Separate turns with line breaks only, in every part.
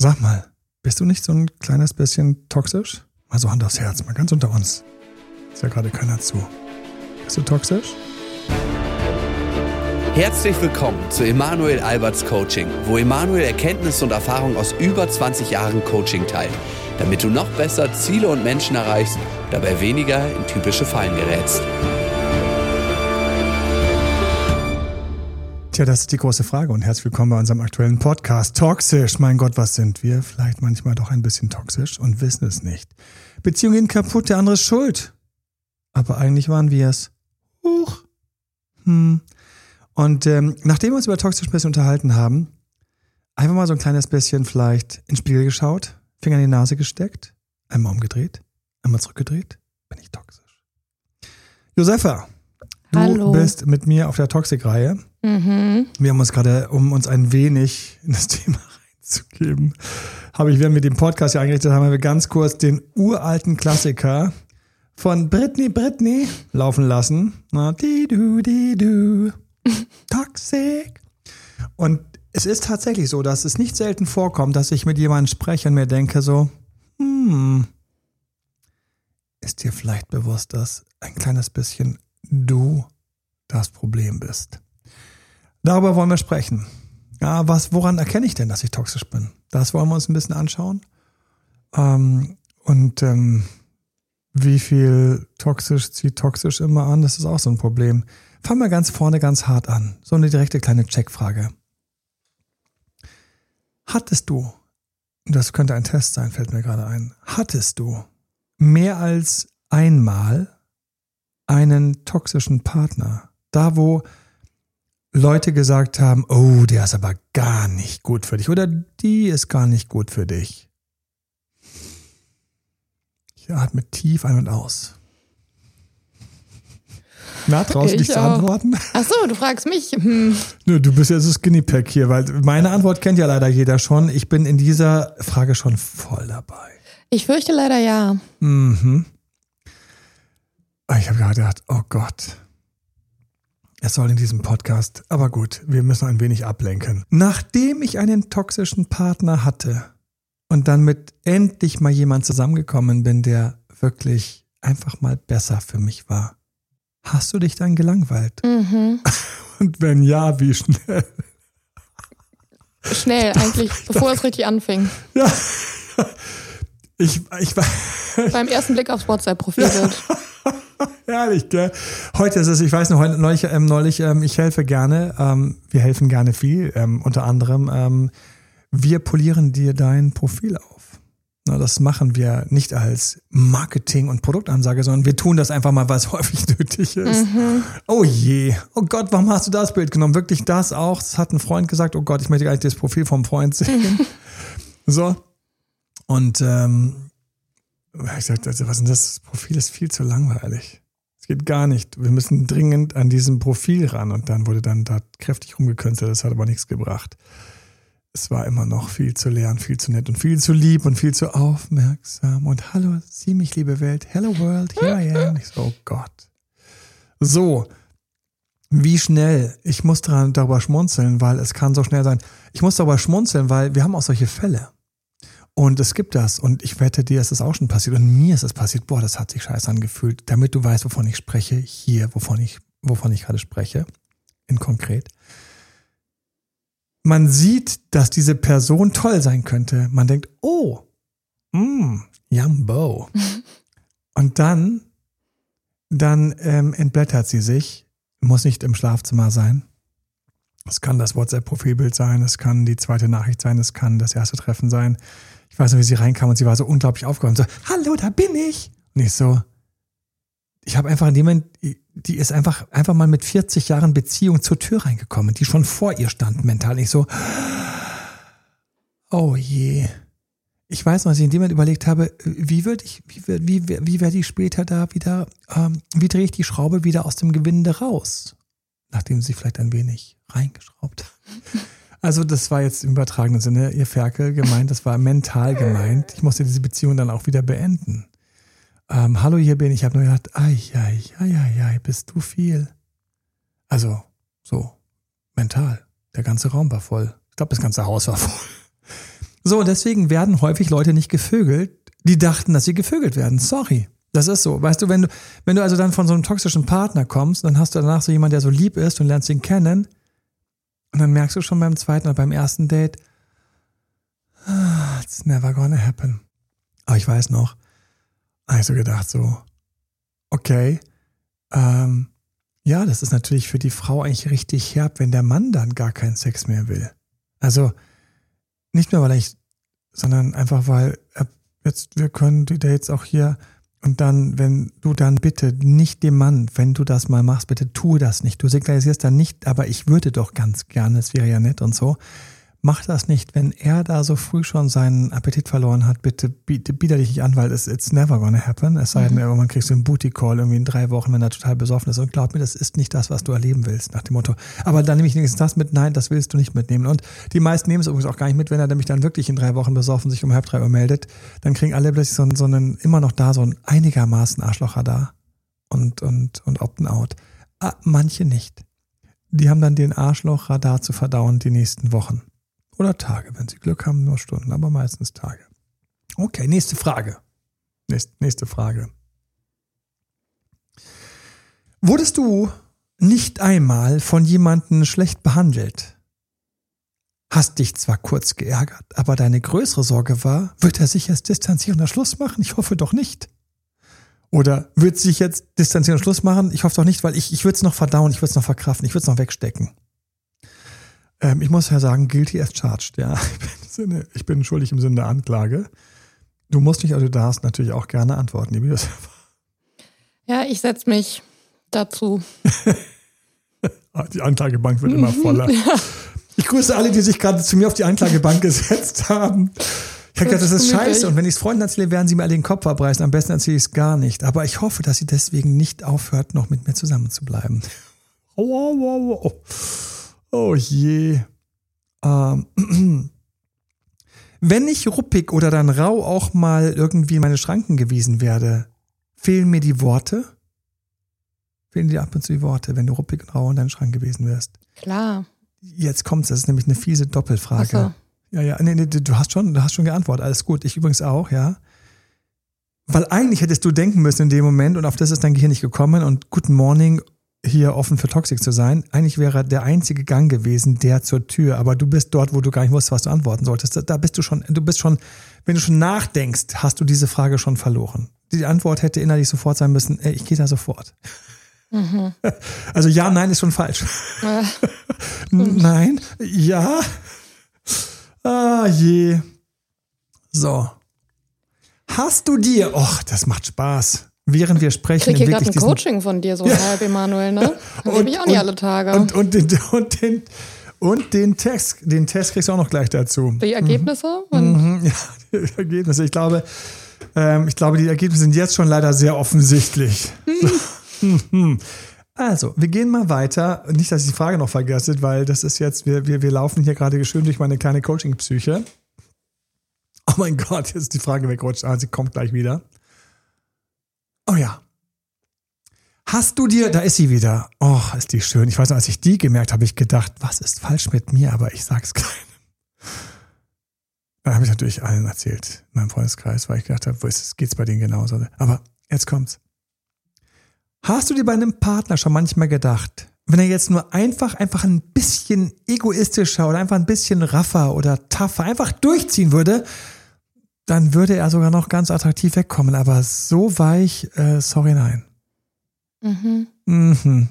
Sag mal, bist du nicht so ein kleines bisschen toxisch? Mal so Hand aufs Herz, mal ganz unter uns. Ist ja gerade keiner zu. Bist du toxisch?
Herzlich willkommen zu Emanuel Alberts Coaching, wo Emanuel Erkenntnisse und Erfahrung aus über 20 Jahren Coaching teilt, damit du noch besser Ziele und Menschen erreichst, dabei weniger in typische Fallen gerätst.
Tja, das ist die große Frage und herzlich willkommen bei unserem aktuellen Podcast. Toxisch, mein Gott, was sind wir? Vielleicht manchmal doch ein bisschen toxisch und wissen es nicht. Beziehungen gehen kaputt, der andere ist schuld. Aber eigentlich waren wir es. Huch. Und nachdem wir uns über toxisch ein bisschen unterhalten haben, einfach mal so ein kleines bisschen vielleicht in den Spiegel geschaut, Finger in die Nase gesteckt, einmal umgedreht, einmal zurückgedreht, bin ich toxisch. Josefa, du bist mit mir auf der Toxik-Reihe. Mhm. Wir haben uns gerade, um uns ein wenig in das Thema reinzugeben, während wir den Podcast ja eingerichtet haben, wir ganz kurz den uralten Klassiker von Britney laufen lassen. Na, di-du. Toxic. Und es ist tatsächlich so, dass es nicht selten vorkommt, dass ich mit jemandem spreche und mir denke so, ist dir vielleicht bewusst, dass ein kleines bisschen du das Problem bist? Darüber wollen wir sprechen. Ja, woran erkenne ich denn, dass ich toxisch bin? Das wollen wir uns ein bisschen anschauen. Wie viel toxisch zieht toxisch immer an? Das ist auch so ein Problem. Fangen wir ganz vorne ganz hart an. So eine direkte kleine Checkfrage. Hattest du, das könnte ein Test sein, fällt mir gerade ein, hattest du mehr als einmal einen toxischen Partner? Da, wo Leute gesagt haben, oh, der ist aber gar nicht gut für dich oder die ist gar nicht gut für dich. Ich atme tief ein und aus. Na, traust du dich zu antworten?
Ach so, du fragst mich.
Nö, du bist ja so Skinny Pack hier, weil meine Antwort kennt ja leider jeder schon. Ich bin in dieser Frage schon voll dabei.
Ich fürchte leider ja.
Mhm. Ich habe gerade gedacht, oh Gott. Es soll in diesem Podcast, aber gut, wir müssen ein wenig ablenken. Nachdem ich einen toxischen Partner hatte und dann mit endlich mal jemand zusammengekommen bin, der wirklich einfach mal besser für mich war, hast du dich dann gelangweilt? Mhm. Und wenn ja, wie schnell?
Schnell, eigentlich, bevor es richtig anfing.
Ja, ich
beim ersten Blick aufs WhatsApp-Profilbild.
Herrlich, gell? Heute ist es, ich weiß noch, neulich, ich helfe gerne, wir helfen gerne viel, unter anderem, wir polieren dir dein Profil auf. Na, das machen wir nicht als Marketing- und Produktansage, sondern wir tun das einfach mal, weil es häufig nötig ist. Mhm. Oh je, oh Gott, warum hast du das Bild genommen? Wirklich das auch? Das hat ein Freund gesagt, oh Gott, ich möchte gar nicht das Profil vom Freund sehen. So, und ich sagte, also, was ist denn das? Das Profil ist viel zu langweilig. Es geht gar nicht. Wir müssen dringend an diesem Profil ran. Und dann wurde dann da kräftig rumgekünstelt. Das hat aber nichts gebracht. Es war immer noch viel zu leer und viel zu nett und viel zu lieb und viel zu aufmerksam. Und hallo, sieh mich, liebe Welt. Hello world, here I am. Ich so, oh Gott. So, wie schnell. Ich muss darüber schmunzeln, weil es kann so schnell sein. Ich muss darüber schmunzeln, weil wir haben auch solche Fälle. Und es gibt das. Und ich wette, dir ist es auch schon passiert. Und mir ist es passiert. Boah, das hat sich scheiße angefühlt. Damit du weißt, wovon ich spreche. Hier, wovon ich gerade spreche. In konkret. Man sieht, dass diese Person toll sein könnte. Man denkt, oh, Jumbo. Und dann entblättert sie sich. Muss nicht im Schlafzimmer sein. Es kann das WhatsApp-Profilbild sein. Es kann die zweite Nachricht sein. Es kann das erste Treffen sein. Ich weiß noch, wie sie reinkam und sie war so unglaublich aufgeräumt. So, hallo, da bin ich. Und ich so, ich habe einfach in dem Moment, die ist einfach mal mit 40 Jahren Beziehung zur Tür reingekommen, die schon vor ihr stand mental. Ich so, oh je. Ich weiß noch, dass ich in dem Moment überlegt habe, wie werde ich später da wieder, wie drehe ich die Schraube wieder aus dem Gewinde raus? Nachdem sie vielleicht ein wenig reingeschraubt hat. Also das war jetzt im übertragenen Sinne ihr Ferkel gemeint, das war mental gemeint. Ich musste diese Beziehung dann auch wieder beenden. Hallo, hier bin ich. Ich habe nur gedacht, ai, bist du viel. Also so mental. Der ganze Raum war voll. Ich glaube, das ganze Haus war voll. So, und deswegen werden häufig Leute nicht gevögelt, die dachten, dass sie gevögelt werden. Sorry. Das ist so. Weißt du, wenn du also dann von so einem toxischen Partner kommst, dann hast du danach so jemanden, der so lieb ist und lernst ihn kennen. Und dann merkst du schon beim zweiten oder beim ersten Date, it's never gonna happen. Aber ich weiß noch, habe ich so gedacht so, okay, ja, das ist natürlich für die Frau eigentlich richtig herb, wenn der Mann dann gar keinen Sex mehr will. Also nicht nur, sondern einfach, weil wir können die Dates auch hier und dann, wenn du dann bitte nicht dem Mann, wenn du das mal machst, bitte tu das nicht. Du signalisierst dann nicht, aber ich würde doch ganz gerne, es wäre ja nett und so. Mach das nicht, wenn er da so früh schon seinen Appetit verloren hat, bitte biete dich nicht an, weil it's never gonna happen. Es sei denn, irgendwann kriegst du einen Booty-Call irgendwie in 3 Wochen, wenn er total besoffen ist. Und glaub mir, das ist nicht das, was du erleben willst, nach dem Motto. Aber dann nehme ich wenigstens das mit, nein, das willst du nicht mitnehmen. Und die meisten nehmen es übrigens auch gar nicht mit, wenn er nämlich dann wirklich in 3 Wochen besoffen sich um 2:30 Uhr meldet. Dann kriegen alle plötzlich so einen, immer noch da, so ein einigermaßen Arschlochradar und opten out. Manche nicht. Die haben dann den Arschlochradar zu verdauen die nächsten Wochen. Oder Tage, wenn sie Glück haben, nur Stunden, aber meistens Tage. Okay, nächste Frage. Nächste Frage. Wurdest du nicht einmal von jemandem schlecht behandelt? Hast dich zwar kurz geärgert, aber deine größere Sorge war, wird er sich jetzt distanzieren und Schluss machen? Ich hoffe doch nicht. Oder wird sich jetzt distanzieren und Schluss machen? Ich hoffe doch nicht, weil ich würde es noch verdauen, ich würde es noch verkraften, ich würde es noch wegstecken. Ich muss ja sagen, guilty as charged, ja. Ich bin schuldig im Sinne der Anklage. Du musst nicht, also du darfst natürlich auch gerne antworten, liebe Josef.
Ja, ich setze mich dazu.
Die Anklagebank wird immer voller. Ja. Ich grüße alle, die sich gerade zu mir auf die Anklagebank gesetzt haben. Ich habe gedacht, das ist scheiße. Und wenn ich es Freunden erzähle, werden sie mir alle den Kopf abreißen. Am besten erzähle ich es gar nicht. Aber ich hoffe, dass sie deswegen nicht aufhört, noch mit mir zusammen zu bleiben. Oh je. Wenn ich ruppig oder dann rau auch mal irgendwie in meine Schranken gewiesen werde, fehlen mir die Worte? Fehlen dir ab und zu die Worte, wenn du ruppig und rau in deinen Schrank gewesen wirst?
Klar.
Jetzt kommt's, das ist nämlich eine fiese Doppelfrage. So. Ja, nee, du hast schon geantwortet, alles gut. Ich übrigens auch, ja. Weil eigentlich hättest du denken müssen in dem Moment und auf das ist dein Gehirn nicht gekommen und Guten Morning, hier offen für Toxic zu sein. Eigentlich wäre der einzige Gang gewesen, der zur Tür, aber du bist dort, wo du gar nicht wusstest, was du antworten solltest. Da bist du schon, wenn du schon nachdenkst, hast du diese Frage schon verloren. Die Antwort hätte innerlich sofort sein müssen, ich gehe da sofort. Mhm. Also ja, nein ist schon falsch. Nein, ja. Je. So. Hast du dir, das macht Spaß. Während wir sprechen.
Ich kriege hier gerade ein Coaching von dir, so halb, Emanuel, ne? Das habe ich auch nicht alle Tage.
Und den Test kriegst du auch noch gleich dazu.
Die Ergebnisse?
Ja, die Ergebnisse. Ich glaube, die Ergebnisse sind jetzt schon leider sehr offensichtlich. Also, wir gehen mal weiter. Nicht, dass ich die Frage noch vergesse, weil das ist jetzt, wir laufen hier gerade schön durch meine kleine Coaching-Psyche. Oh mein Gott, jetzt ist die Frage weggerutscht. Sie kommt gleich wieder. Oh ja. Hast du dir, da ist sie wieder. Oh, ist die schön. Ich weiß noch, als ich die gemerkt habe, habe ich gedacht, was ist falsch mit mir? Aber ich sag's keinem. Dann habe ich natürlich allen erzählt, in meinem Freundeskreis, weil ich gedacht habe, geht's bei denen genauso. Aber jetzt kommt's. Hast du dir bei einem Partner schon manchmal gedacht, wenn er jetzt nur einfach ein bisschen egoistischer oder einfach ein bisschen raffer oder tougher einfach durchziehen würde, dann würde er sogar noch ganz attraktiv wegkommen. Aber so weich, sorry, nein. Mhm.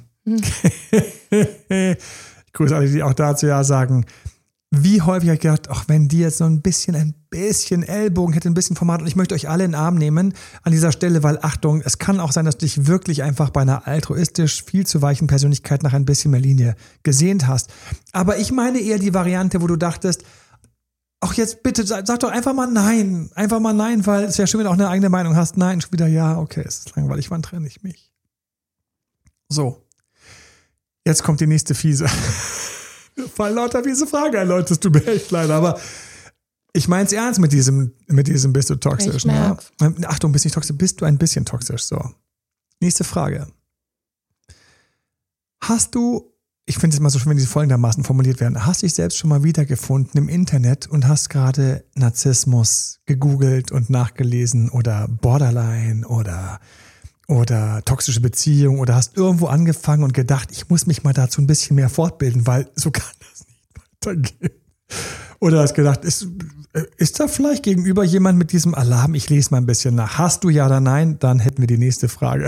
Ich grüße alle, die auch dazu ja sagen, wie häufig habe ich gedacht, wenn die jetzt so ein bisschen Ellbogen hätte, ein bisschen Format. Und ich möchte euch alle in den Arm nehmen an dieser Stelle, weil Achtung, es kann auch sein, dass du dich wirklich einfach bei einer altruistisch viel zu weichen Persönlichkeit nach ein bisschen mehr Linie gesehnt hast. Aber ich meine eher die Variante, wo du dachtest, auch jetzt bitte, sag doch einfach mal nein, weil es ja schön, wenn du auch eine eigene Meinung hast. Nein, schon wieder ja, okay, es ist langweilig, wann trenne ich mich? So, jetzt kommt die nächste fiese. Mir fallen lauter fiese Fragen ein, Leute, es tut mir echt leid, aber ich meine es ernst mit diesem bist du toxisch. Ne? Achtung, bist nicht toxisch, bist du ein bisschen toxisch. So, nächste Frage. Hast du ich finde es immer so schön, wenn die folgendermaßen formuliert werden. Hast dich selbst schon mal wiedergefunden im Internet und hast gerade Narzissmus gegoogelt und nachgelesen oder Borderline oder toxische Beziehung oder hast irgendwo angefangen und gedacht, ich muss mich mal dazu ein bisschen mehr fortbilden, weil so kann das nicht weitergehen. Oder hast gedacht, ist da vielleicht gegenüber jemand mit diesem Alarm? Ich lese mal ein bisschen nach. Hast du ja oder nein? Dann hätten wir die nächste Frage.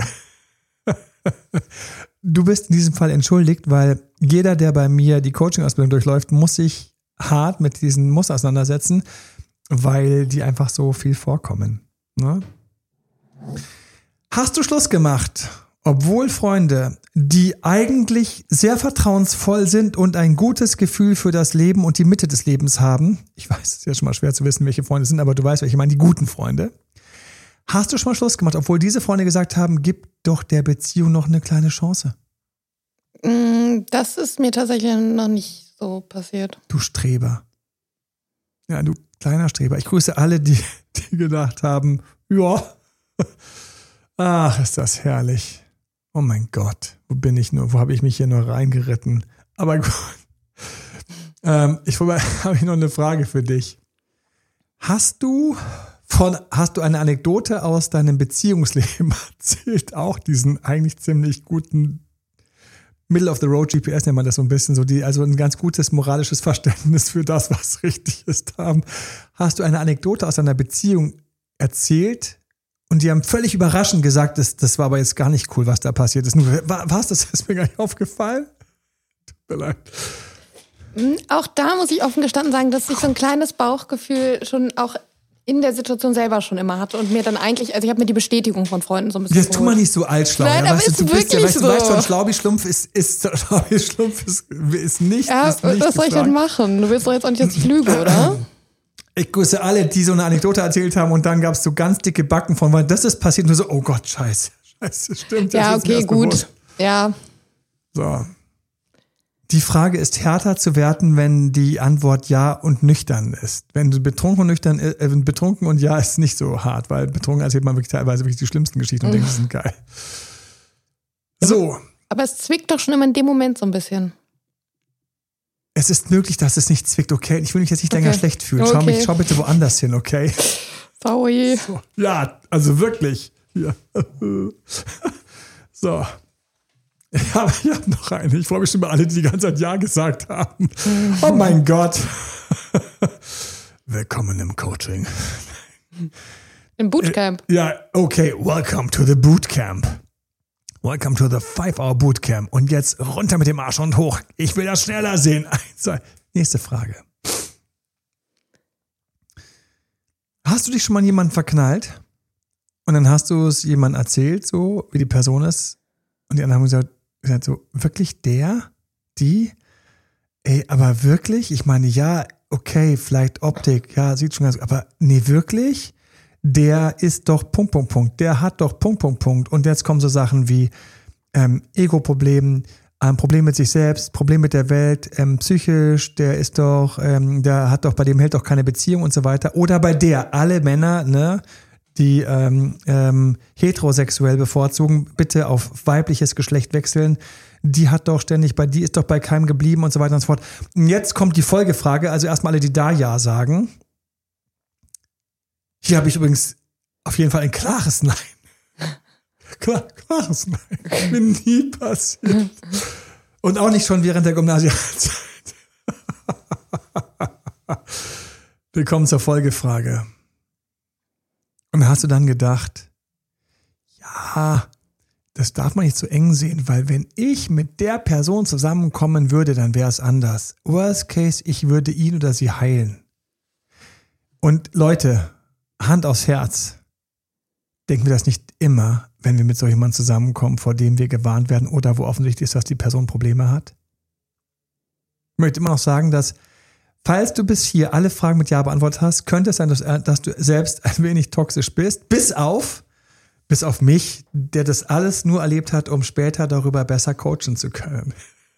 Du bist in diesem Fall entschuldigt, weil jeder, der bei mir die Coaching-Ausbildung durchläuft, muss sich hart mit diesen Mustern auseinandersetzen, weil die einfach so viel vorkommen. Ne? Hast du Schluss gemacht, obwohl Freunde, die eigentlich sehr vertrauensvoll sind und ein gutes Gefühl für das Leben und die Mitte des Lebens haben, ich weiß, es ist ja schon mal schwer zu wissen, welche Freunde es sind, aber du weißt, welche ich meine, die guten Freunde. Hast du schon mal Schluss gemacht, obwohl diese Freunde gesagt haben, gib doch der Beziehung noch eine kleine Chance?
Das ist mir tatsächlich noch nicht so passiert.
Du Streber. Ja, du kleiner Streber. Ich grüße alle, die gedacht haben, ja, ach, ist das herrlich. Oh mein Gott, wo habe ich mich hier nur reingeritten? Aber gut. Habe ich noch eine Frage für dich. Hast du eine Anekdote aus deinem Beziehungsleben erzählt, auch diesen eigentlich ziemlich guten Middle-of-the-Road GPS nennt man das so ein bisschen, also ein ganz gutes moralisches Verständnis für das, was richtig ist, haben. Hast du eine Anekdote aus deiner Beziehung erzählt und die haben völlig überraschend gesagt, das war aber jetzt gar nicht cool, was da passiert ist. Was? Das ist mir gar nicht aufgefallen? Tut mir leid.
Auch da muss ich offen gestanden sagen, dass ich so ein kleines Bauchgefühl schon auch in der Situation selber schon immer hatte und mir dann eigentlich, also ich habe mir die Bestätigung von Freunden so ein bisschen
Jetzt tu mal nicht so altschlau.
Nein,
ja,
aber
weißt
ist
du bist ja,
wirklich
du
so.
weißt schon, Schlaubi-Schlumpf ist nicht.
Ja,
ist nicht
was soll ich denn machen? Du willst doch jetzt auch nicht, dass ich lüge, oder?
Ich grüße alle, die so eine Anekdote erzählt haben und dann gab es so ganz dicke Backen von, weil das ist passiert und so, oh Gott, scheiße, stimmt.
Ja, okay, gut. Bewusst. Ja.
So. Die Frage ist härter zu werten, wenn die Antwort ja und nüchtern ist. Wenn du betrunken und ja ist nicht so hart, weil betrunken erzählt man wirklich teilweise wirklich die schlimmsten Geschichten und denkt, die sind geil. So.
Aber es zwickt doch schon immer in dem Moment so ein bisschen.
Es ist möglich, dass es nicht zwickt, okay? Ich will mich jetzt nicht länger schlecht fühlen.
Okay.
Schau bitte woanders hin, okay?
Sorry.
So. Ja, also wirklich. Ja. So. Ich habe noch eine. Ich freue mich schon über alle, die ganze Zeit Ja gesagt haben. Oh mein Gott. Willkommen im Coaching.
Im Bootcamp.
Ja, okay. Welcome to the Bootcamp. Welcome to the 5-Hour Bootcamp. Und jetzt runter mit dem Arsch und hoch. Ich will das schneller sehen. 1, 2. Nächste Frage. Hast du dich schon mal in jemanden verknallt? Und dann hast du es jemandem erzählt, so wie die Person ist. Und die anderen haben gesagt so, wirklich der? Die? Ey, aber wirklich? Ich meine, ja, okay, vielleicht Optik, ja, sieht schon ganz, aber nee, wirklich? Der ist doch ... Der hat doch ... Und jetzt kommen so Sachen wie Ego-Problem, Problem mit sich selbst, Problem mit der Welt, psychisch, der ist doch, der hat doch, bei dem hält doch keine Beziehung und so weiter. Oder bei der, alle Männer, ne, die heterosexuell bevorzugen, bitte auf weibliches Geschlecht wechseln. Die hat doch ständig, die ist doch bei keinem geblieben und so weiter und so fort. Und jetzt kommt die Folgefrage, also erstmal alle, die da Ja sagen. Hier habe ich übrigens auf jeden Fall ein klares Nein. Klares Nein. Mir nie passiert. Und auch nicht schon während der Gymnasialzeit. Willkommen zur Folgefrage. Und hast du dann gedacht, ja, das darf man nicht so eng sehen, weil wenn ich mit der Person zusammenkommen würde, dann wäre es anders. Worst case, ich würde ihn oder sie heilen. Und Leute, Hand aufs Herz, denken wir das nicht immer, wenn wir mit so jemandem zusammenkommen, vor dem wir gewarnt werden oder wo offensichtlich ist, dass die Person Probleme hat? Ich möchte immer noch sagen, dass falls du bis hier alle Fragen mit Ja beantwortet hast, könnte es sein, dass du selbst ein wenig toxisch bist, bis auf mich, der das alles nur erlebt hat, um später darüber besser coachen zu können.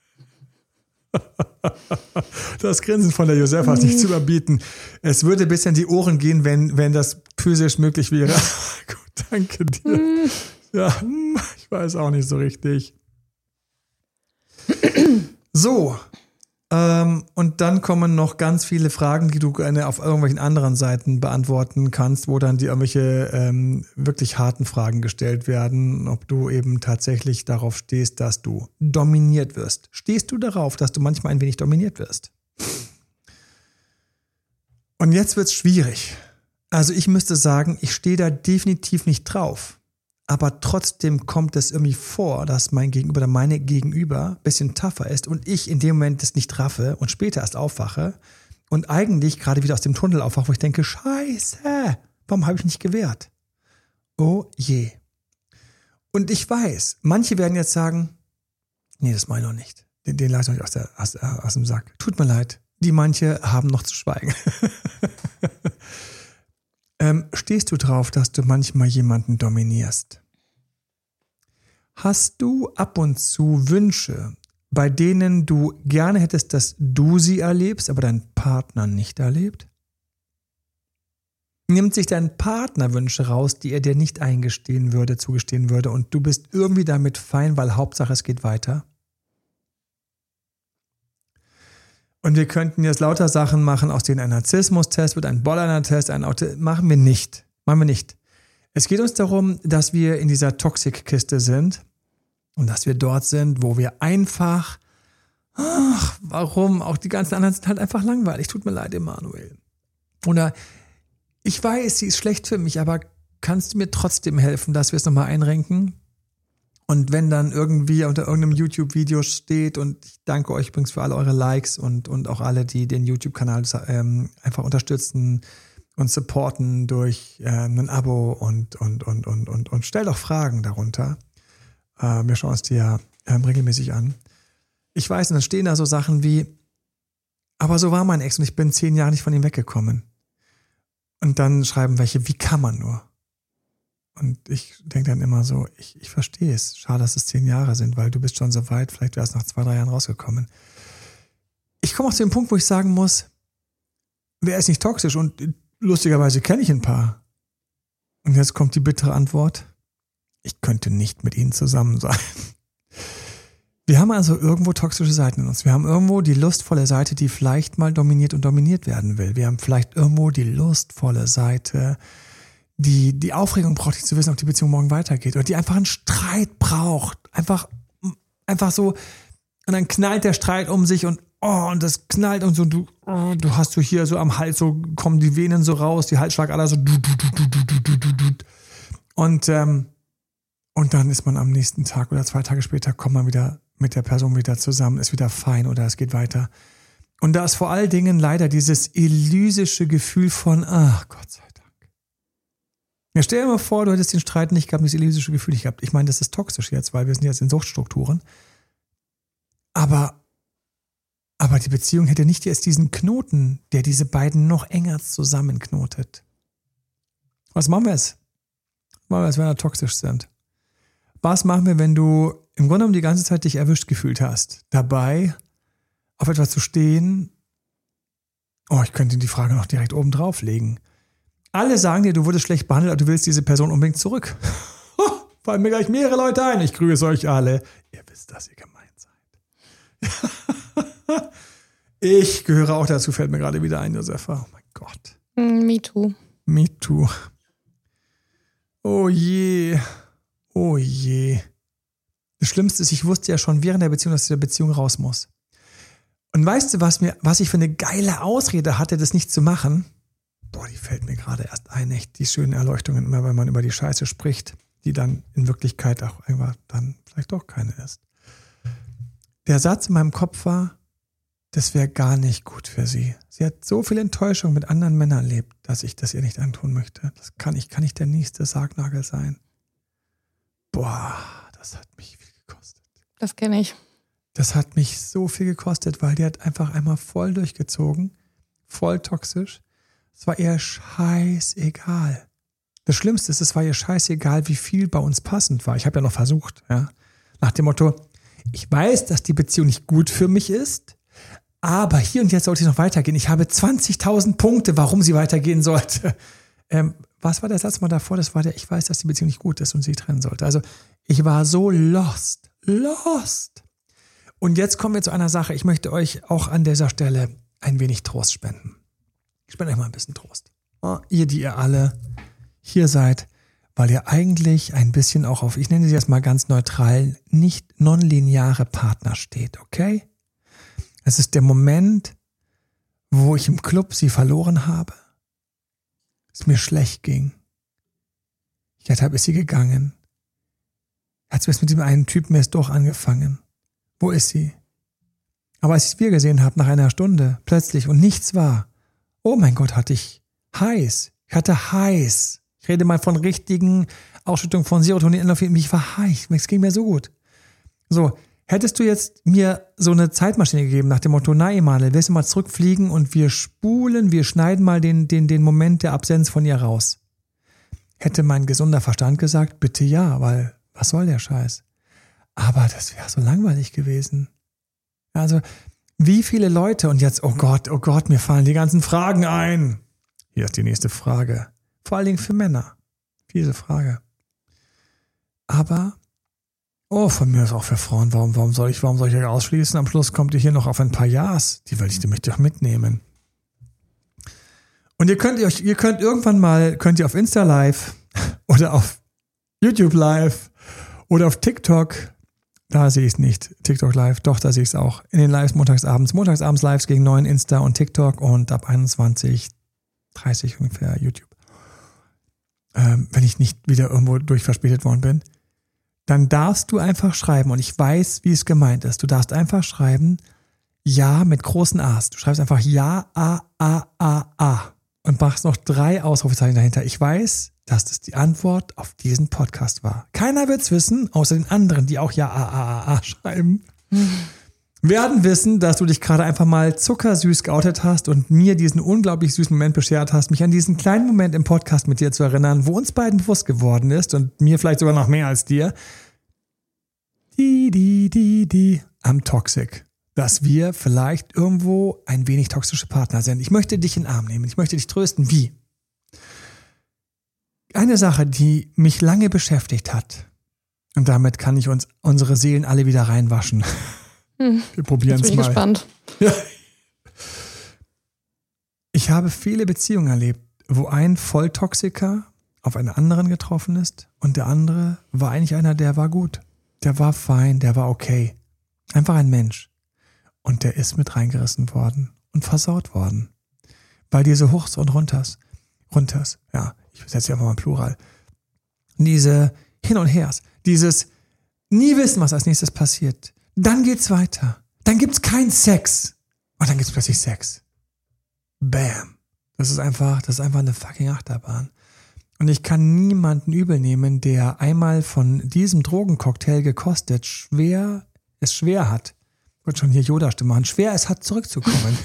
Das Grinsen von der Josefa ist nicht zu überbieten. Es würde bis in die Ohren gehen, wenn das physisch möglich wäre. Gut, danke dir. Ja, ich weiß auch nicht so richtig. So. Und dann kommen noch ganz viele Fragen, die du gerne auf irgendwelchen anderen Seiten beantworten kannst, wo dann die irgendwelche wirklich harten Fragen gestellt werden, ob du eben tatsächlich darauf stehst, dass du dominiert wirst. Stehst du darauf, dass du manchmal ein wenig dominiert wirst? Und jetzt wird's schwierig. Also ich müsste sagen, ich stehe da definitiv nicht drauf. Aber trotzdem kommt es irgendwie vor, dass mein Gegenüber oder meine Gegenüber ein bisschen tougher ist und ich in dem Moment das nicht raffe und später erst aufwache und eigentlich gerade wieder aus dem Tunnel aufwache, wo ich denke, Scheiße, warum habe ich nicht gewehrt? Oh je. Und ich weiß, manche werden jetzt sagen, nee, das meine ich noch nicht. Den lasse ich euch aus dem Sack. Tut mir leid, die manche haben noch zu schweigen. Stehst du drauf, dass du manchmal jemanden dominierst? Hast du ab und zu Wünsche, bei denen du gerne hättest, dass du sie erlebst, aber dein Partner nicht erlebt? Nimmt sich dein Partner Wünsche raus, die er dir nicht zugestehen würde und du bist irgendwie damit fein, weil Hauptsache es geht weiter? Und wir könnten jetzt lauter Sachen machen, aus denen ein Narzissmus-Test wird, ein Borderline-Test, machen wir nicht. Machen wir nicht. Es geht uns darum, dass wir in dieser Toxic-Kiste sind und dass wir dort sind, wo wir einfach, warum? Auch die ganzen anderen sind halt einfach langweilig. Tut mir leid, Emanuel. Oder ich weiß, sie ist schlecht für mich, aber kannst du mir trotzdem helfen, dass wir es nochmal einrenken? Und wenn dann irgendwie unter irgendeinem YouTube-Video steht, und ich danke euch übrigens für alle eure Likes und auch alle, die den YouTube-Kanal einfach unterstützen und supporten durch ein Abo und stellt auch Fragen darunter. Wir schauen uns die ja regelmäßig an. Ich weiß, und dann stehen da so Sachen wie, aber so war mein Ex und ich bin 10 Jahre nicht von ihm weggekommen. Und dann schreiben welche, wie kann man nur? Und ich denke dann immer so, ich verstehe es. Schade, dass es 10 Jahre sind, weil du bist schon so weit, vielleicht wärst du nach 2-3 Jahren rausgekommen. Ich komme auch zu dem Punkt, wo ich sagen muss, wer ist nicht toxisch? Und lustigerweise kenne ich ein paar. Und jetzt kommt die bittere Antwort, ich könnte nicht mit ihnen zusammen sein. Wir haben also irgendwo toxische Seiten in uns. Wir haben irgendwo die lustvolle Seite, die vielleicht mal dominiert und dominiert werden will. Wir haben vielleicht irgendwo die lustvolle Seite, die Aufregung braucht, nicht zu wissen, ob die Beziehung morgen weitergeht. Oder die einfach einen Streit braucht. Einfach so. Und dann knallt der Streit um sich und das knallt und so. Du hast so hier so am Hals, so kommen die Venen so raus, die Halsschlagader so. Und dann ist man am nächsten Tag oder 2 Tage später, kommt man wieder mit der Person wieder zusammen, ist wieder fein oder es geht weiter. Und da ist vor allen Dingen leider dieses elysische Gefühl von, Gott sei Dank. Ja, stell dir mal vor, du hättest den Streit nicht gehabt, dieses elysische Gefühl nicht gehabt. Ich meine, das ist toxisch jetzt, weil wir sind jetzt in Suchtstrukturen. Aber die Beziehung hätte nicht jetzt diesen Knoten, der diese beiden noch enger zusammenknotet. Was machen wir jetzt? Machen wir jetzt, wenn wir toxisch sind? Was machen wir, wenn du im Grunde genommen die ganze Zeit dich erwischt gefühlt hast, dabei auf etwas zu stehen? Ich könnte die Frage noch direkt oben drauf legen. Alle sagen dir, du wurdest schlecht behandelt, aber du willst diese Person unbedingt zurück. Fallen mir gleich mehrere Leute ein. Ich grüße euch alle. Ihr wisst, dass ihr gemeint seid. Ich gehöre auch dazu, fällt mir gerade wieder ein, Josefa. Oh mein Gott.
Me too.
Me too. Oh je. Oh je. Das Schlimmste ist, ich wusste ja schon während der Beziehung, dass ich aus der Beziehung raus muss. Und weißt du, was ich für eine geile Ausrede hatte, das nicht zu machen? Die fällt mir gerade erst ein, echt die schönen Erleuchtungen, immer wenn man über die Scheiße spricht, die dann in Wirklichkeit auch einfach dann vielleicht doch keine ist. Der Satz in meinem Kopf war, das wäre gar nicht gut für sie. Sie hat so viel Enttäuschung mit anderen Männern erlebt, dass ich das ihr nicht antun möchte. Das kann ich der nächste Sargnagel sein. Das hat mich viel gekostet.
Das kenne ich.
Das hat mich so viel gekostet, weil die hat einfach einmal voll durchgezogen, voll toxisch. Es war ihr scheißegal. Das Schlimmste ist, es war ihr scheißegal, wie viel bei uns passend war. Ich habe ja noch versucht, ja. Nach dem Motto, ich weiß, dass die Beziehung nicht gut für mich ist, aber hier und jetzt sollte ich noch weitergehen. Ich habe 20.000 Punkte, warum sie weitergehen sollte. Was war der Satz mal davor? Das war ich weiß, dass die Beziehung nicht gut ist und sie trennen sollte. Also ich war so lost. Und jetzt kommen wir zu einer Sache. Ich möchte euch auch an dieser Stelle ein wenig Trost spenden. Ich spende euch mal ein bisschen Trost. Ihr, die ihr alle hier seid, weil ihr eigentlich ein bisschen auch auf, ich nenne sie jetzt mal ganz neutral, nicht nonlineare Partner steht, okay? Es ist der Moment, wo ich im Club sie verloren habe, es mir schlecht ging. Deshalb ist sie gegangen. Jetzt ist mit diesem einen Typen erst doch angefangen. Wo ist sie? Aber als ich es wieder gesehen habe, nach einer Stunde, plötzlich und nichts war, oh mein Gott, hatte ich heiß. Ich hatte heiß. Ich rede mal von richtigen Ausschüttung von Serotonin, Endorphin. Ich war heiß. Es ging mir so gut. So, hättest du jetzt mir so eine Zeitmaschine gegeben nach dem Motto, na Emanuel, willst du mal zurückfliegen und wir schneiden mal den Moment der Absenz von ihr raus. Hätte mein gesunder Verstand gesagt, bitte ja, weil was soll der Scheiß? Aber das wäre so langweilig gewesen. Also, wie viele Leute, und jetzt, oh Gott, mir fallen die ganzen Fragen ein. Hier ist die nächste Frage. Vor allen Dingen für Männer. Fiese Frage. Aber, von mir ist auch für Frauen, warum soll ich euch ausschließen? Am Schluss kommt ihr hier noch auf ein paar Ja's. Die möchte ich doch mitnehmen. Und ihr könnt irgendwann mal auf Insta Live oder auf YouTube Live oder auf TikTok, da sehe ich es nicht, TikTok Live, doch, da sehe ich es auch, in den Lives montagsabends Lives gegen 9 Insta und TikTok und ab 21:30 ungefähr YouTube. Wenn ich nicht wieder irgendwo verspätet worden bin, dann darfst du einfach schreiben, und ich weiß, wie es gemeint ist, du darfst einfach schreiben, ja mit großen A's. Du schreibst einfach ja, A und machst noch 3 Ausrufezeichen dahinter. Ich weiß, dass das die Antwort auf diesen Podcast war. Keiner wird's wissen, außer den anderen, die auch ja A schreiben. Werden wissen, dass du dich gerade einfach mal zuckersüß geoutet hast und mir diesen unglaublich süßen Moment beschert hast, mich an diesen kleinen Moment im Podcast mit dir zu erinnern, wo uns beiden bewusst geworden ist und mir vielleicht sogar noch mehr als dir, am Toxic. Dass wir vielleicht irgendwo ein wenig toxische Partner sind. Ich möchte dich in den Arm nehmen. Ich möchte dich trösten. Wie? Eine Sache, die mich lange beschäftigt hat, und damit kann ich unsere Seelen alle wieder reinwaschen. Wir probieren es mal. Ich bin gespannt. Ja. Ich habe viele Beziehungen erlebt, wo ein Volltoxiker auf einen anderen getroffen ist und der andere war eigentlich einer, der war gut. Der war fein, der war okay. Einfach ein Mensch. Und der ist mit reingerissen worden und versaut worden. Weil diese Hochs und Runters, ja, ich setze hier einfach mal Plural, diese Hin und Hers, dieses nie wissen, was als nächstes passiert. Dann geht's weiter. Dann gibt's keinen Sex. Und dann gibt's plötzlich Sex. Bam. Das ist einfach eine fucking Achterbahn. Und ich kann niemanden übel nehmen, der einmal von diesem Drogencocktail gekostet es schwer hat. Ich wollte schon hier Yoda-Stimme machen. Schwer es hat, zurückzukommen.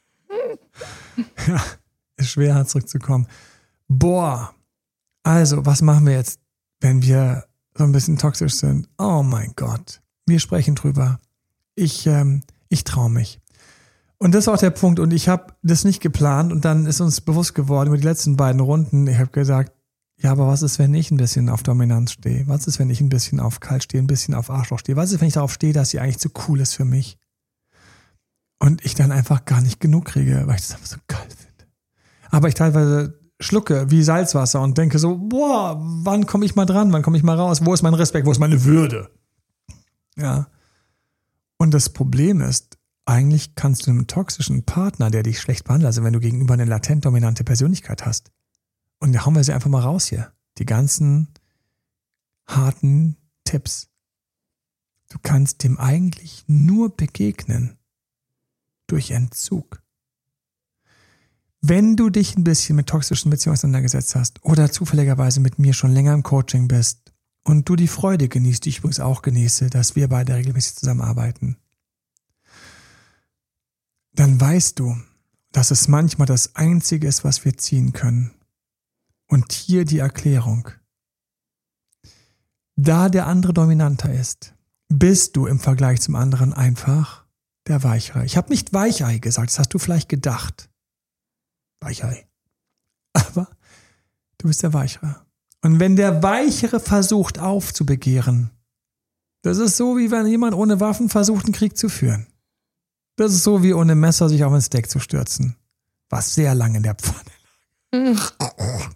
Ja, es schwer hat, zurückzukommen. Boah. Also, was machen wir jetzt, wenn wir so ein bisschen toxisch sind? Oh mein Gott. Wir sprechen drüber. Ich traue mich. Und das ist auch der Punkt. Und ich habe das nicht geplant. Und dann ist uns bewusst geworden über die letzten beiden Runden. Ich habe gesagt, ja, aber was ist, wenn ich ein bisschen auf Dominanz stehe? Was ist, wenn ich ein bisschen auf Kalt stehe, ein bisschen auf Arschloch stehe? Was ist, wenn ich darauf stehe, dass sie eigentlich zu cool ist für mich? Und ich dann einfach gar nicht genug kriege, weil ich das einfach so geil finde. Aber ich teilweise schlucke wie Salzwasser und denke so, boah, wann komme ich mal dran? Wann komme ich mal raus? Wo ist mein Respekt? Wo ist meine Würde? Ja. Und das Problem ist, eigentlich kannst du einem toxischen Partner, der dich schlecht behandelt, also wenn du gegenüber eine latent dominante Persönlichkeit hast, und da hauen wir sie einfach mal raus hier. Die ganzen harten Tipps. Du kannst dem eigentlich nur begegnen durch Entzug. Wenn du dich ein bisschen mit toxischen Beziehungen auseinandergesetzt hast oder zufälligerweise mit mir schon länger im Coaching bist und du die Freude genießt, die ich übrigens auch genieße, dass wir beide regelmäßig zusammenarbeiten, dann weißt du, dass es manchmal das Einzige ist, was wir ziehen können. Und hier die Erklärung. Da der andere dominanter ist, bist du im Vergleich zum anderen einfach der Weichere. Ich habe nicht Weichei gesagt, das hast du vielleicht gedacht. Weichei. Aber du bist der Weichere. Und wenn der Weichere versucht aufzubegehren, Das ist so, wie wenn jemand ohne Waffen versucht, einen Krieg zu führen. Das ist so, wie ohne Messer sich auf ein Steak zu stürzen. Was sehr lange in der Pfanne lag.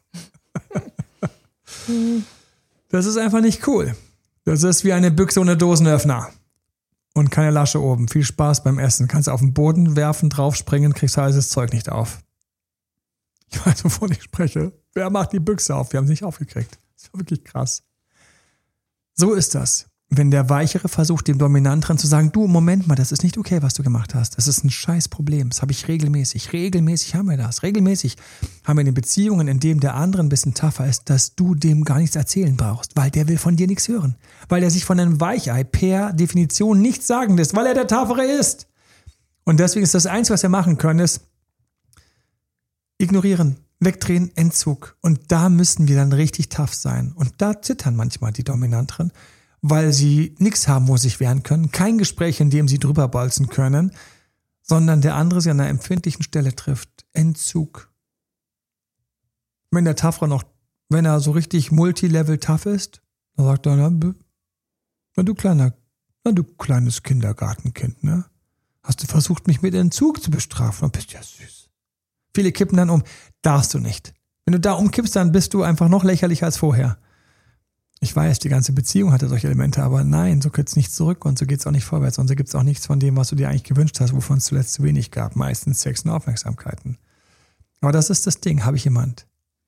Das ist einfach nicht cool. Das ist wie eine Büchse ohne Dosenöffner. Und keine Lasche oben. Viel Spaß beim Essen. Kannst auf den Boden werfen, draufspringen, kriegst heißes Zeug nicht auf. Ich weiß, wovon ich spreche. Wer macht die Büchse auf? Wir haben sie nicht aufgekriegt. Das war wirklich krass. So ist das. Wenn der Weichere versucht, dem Dominanteren zu sagen, du, Moment mal, das ist nicht okay, was du gemacht hast. Das ist ein scheiß Problem. Das habe ich regelmäßig. Regelmäßig haben wir das. Regelmäßig haben wir in Beziehungen, in denen der andere ein bisschen tougher ist, dass du dem gar nichts erzählen brauchst, weil der will von dir nichts hören. Weil er sich von einem Weichei per Definition nichts sagen lässt, weil er der Toughere ist. Und deswegen ist das Einzige, was wir machen können, ist ignorieren, wegdrehen, Entzug. Und da müssen wir dann richtig tough sein. Und da zittern manchmal die Dominanteren, weil sie nichts haben, wo sie sich wehren können, kein Gespräch, in dem sie drüber bolzen können, sondern der andere sie an einer empfindlichen Stelle trifft. Entzug. Wenn der Tougher noch, wenn er so richtig multilevel tough ist, dann sagt er, na du kleines Kindergartenkind, ne? Hast du versucht, mich mit Entzug zu bestrafen? Dann bist du ja süß. Viele kippen dann um. Darfst du nicht. Wenn du da umkippst, dann bist du einfach noch lächerlicher als vorher. Ich weiß, die ganze Beziehung hatte solche Elemente, aber nein, so geht's nicht zurück und so geht's auch nicht vorwärts und so gibt's auch nichts von dem, was du dir eigentlich gewünscht hast, wovon es zuletzt zu wenig gab. Meistens Sex und Aufmerksamkeiten. Aber das ist das Ding. Habe ich jemand,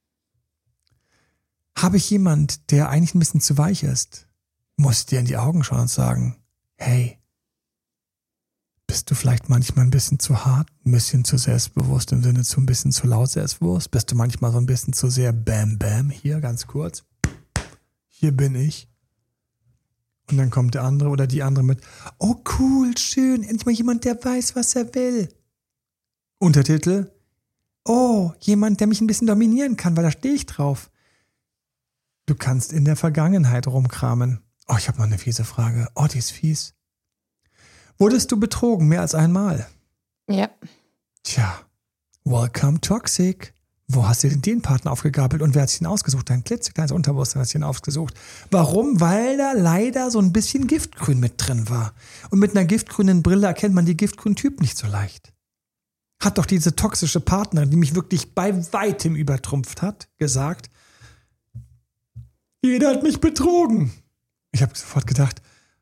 der eigentlich ein bisschen zu weich ist, muss ich dir in die Augen schauen und sagen, hey, bist du vielleicht manchmal ein bisschen zu hart, ein bisschen zu selbstbewusst, im Sinne zu ein bisschen zu laut selbstbewusst? Bist du manchmal so ein bisschen zu sehr bam, bam, hier ganz kurz? Hier bin ich. Und dann kommt der andere oder die andere mit, oh cool, schön, endlich mal jemand, der weiß, was er will. Untertitel, oh, jemand, der mich ein bisschen dominieren kann, weil da stehe ich drauf. Du kannst in der Vergangenheit rumkramen. Oh, ich habe noch eine fiese Frage. Oh, die ist fies. Wurdest du betrogen mehr als einmal?
Ja.
Tja, welcome toxic. Wo hast du denn den Partner aufgegabelt und wer hat sich den ausgesucht? Dein klitzekleines Unterbewusstsein hat sich den ausgesucht. Warum? Weil da leider so ein bisschen Giftgrün mit drin war. Und mit einer giftgrünen Brille erkennt man die giftgrünen Typen nicht so leicht. Hat doch diese toxische Partnerin, die mich wirklich bei weitem übertrumpft hat, gesagt, jeder hat mich betrogen. Ich habe sofort gedacht,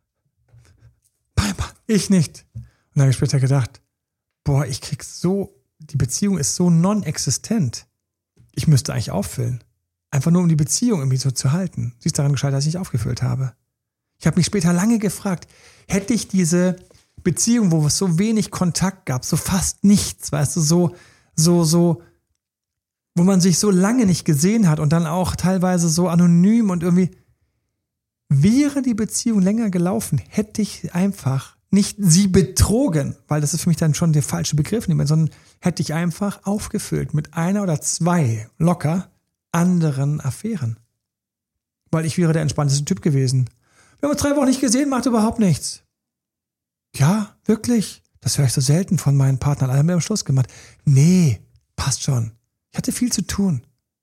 ich nicht. Und dann habe ich später gedacht, boah, die Beziehung ist so non-existent. Ich müsste eigentlich auffüllen. Einfach nur, um die Beziehung irgendwie so zu halten. Sie ist daran gescheitert, dass ich aufgefüllt habe. Ich habe mich später lange gefragt, hätte ich diese Beziehung, wo es so wenig Kontakt gab, so fast nichts, weißt du, so, wo man sich so lange nicht gesehen hat und dann auch teilweise so anonym und irgendwie, wäre die Beziehung länger gelaufen, hätte ich einfach nicht sie betrogen, weil das ist für mich dann schon der falsche Begriff, sondern hätte ich einfach aufgefüllt mit einer oder zwei locker anderen Affären. Weil ich wäre der entspannteste Typ gewesen. Wir haben uns 3 Wochen nicht gesehen, macht überhaupt nichts. Ja, wirklich. Das höre ich so selten von meinen Partnern. Alle haben mir am Schluss gemacht. Nee, passt schon. Ich hatte viel zu tun.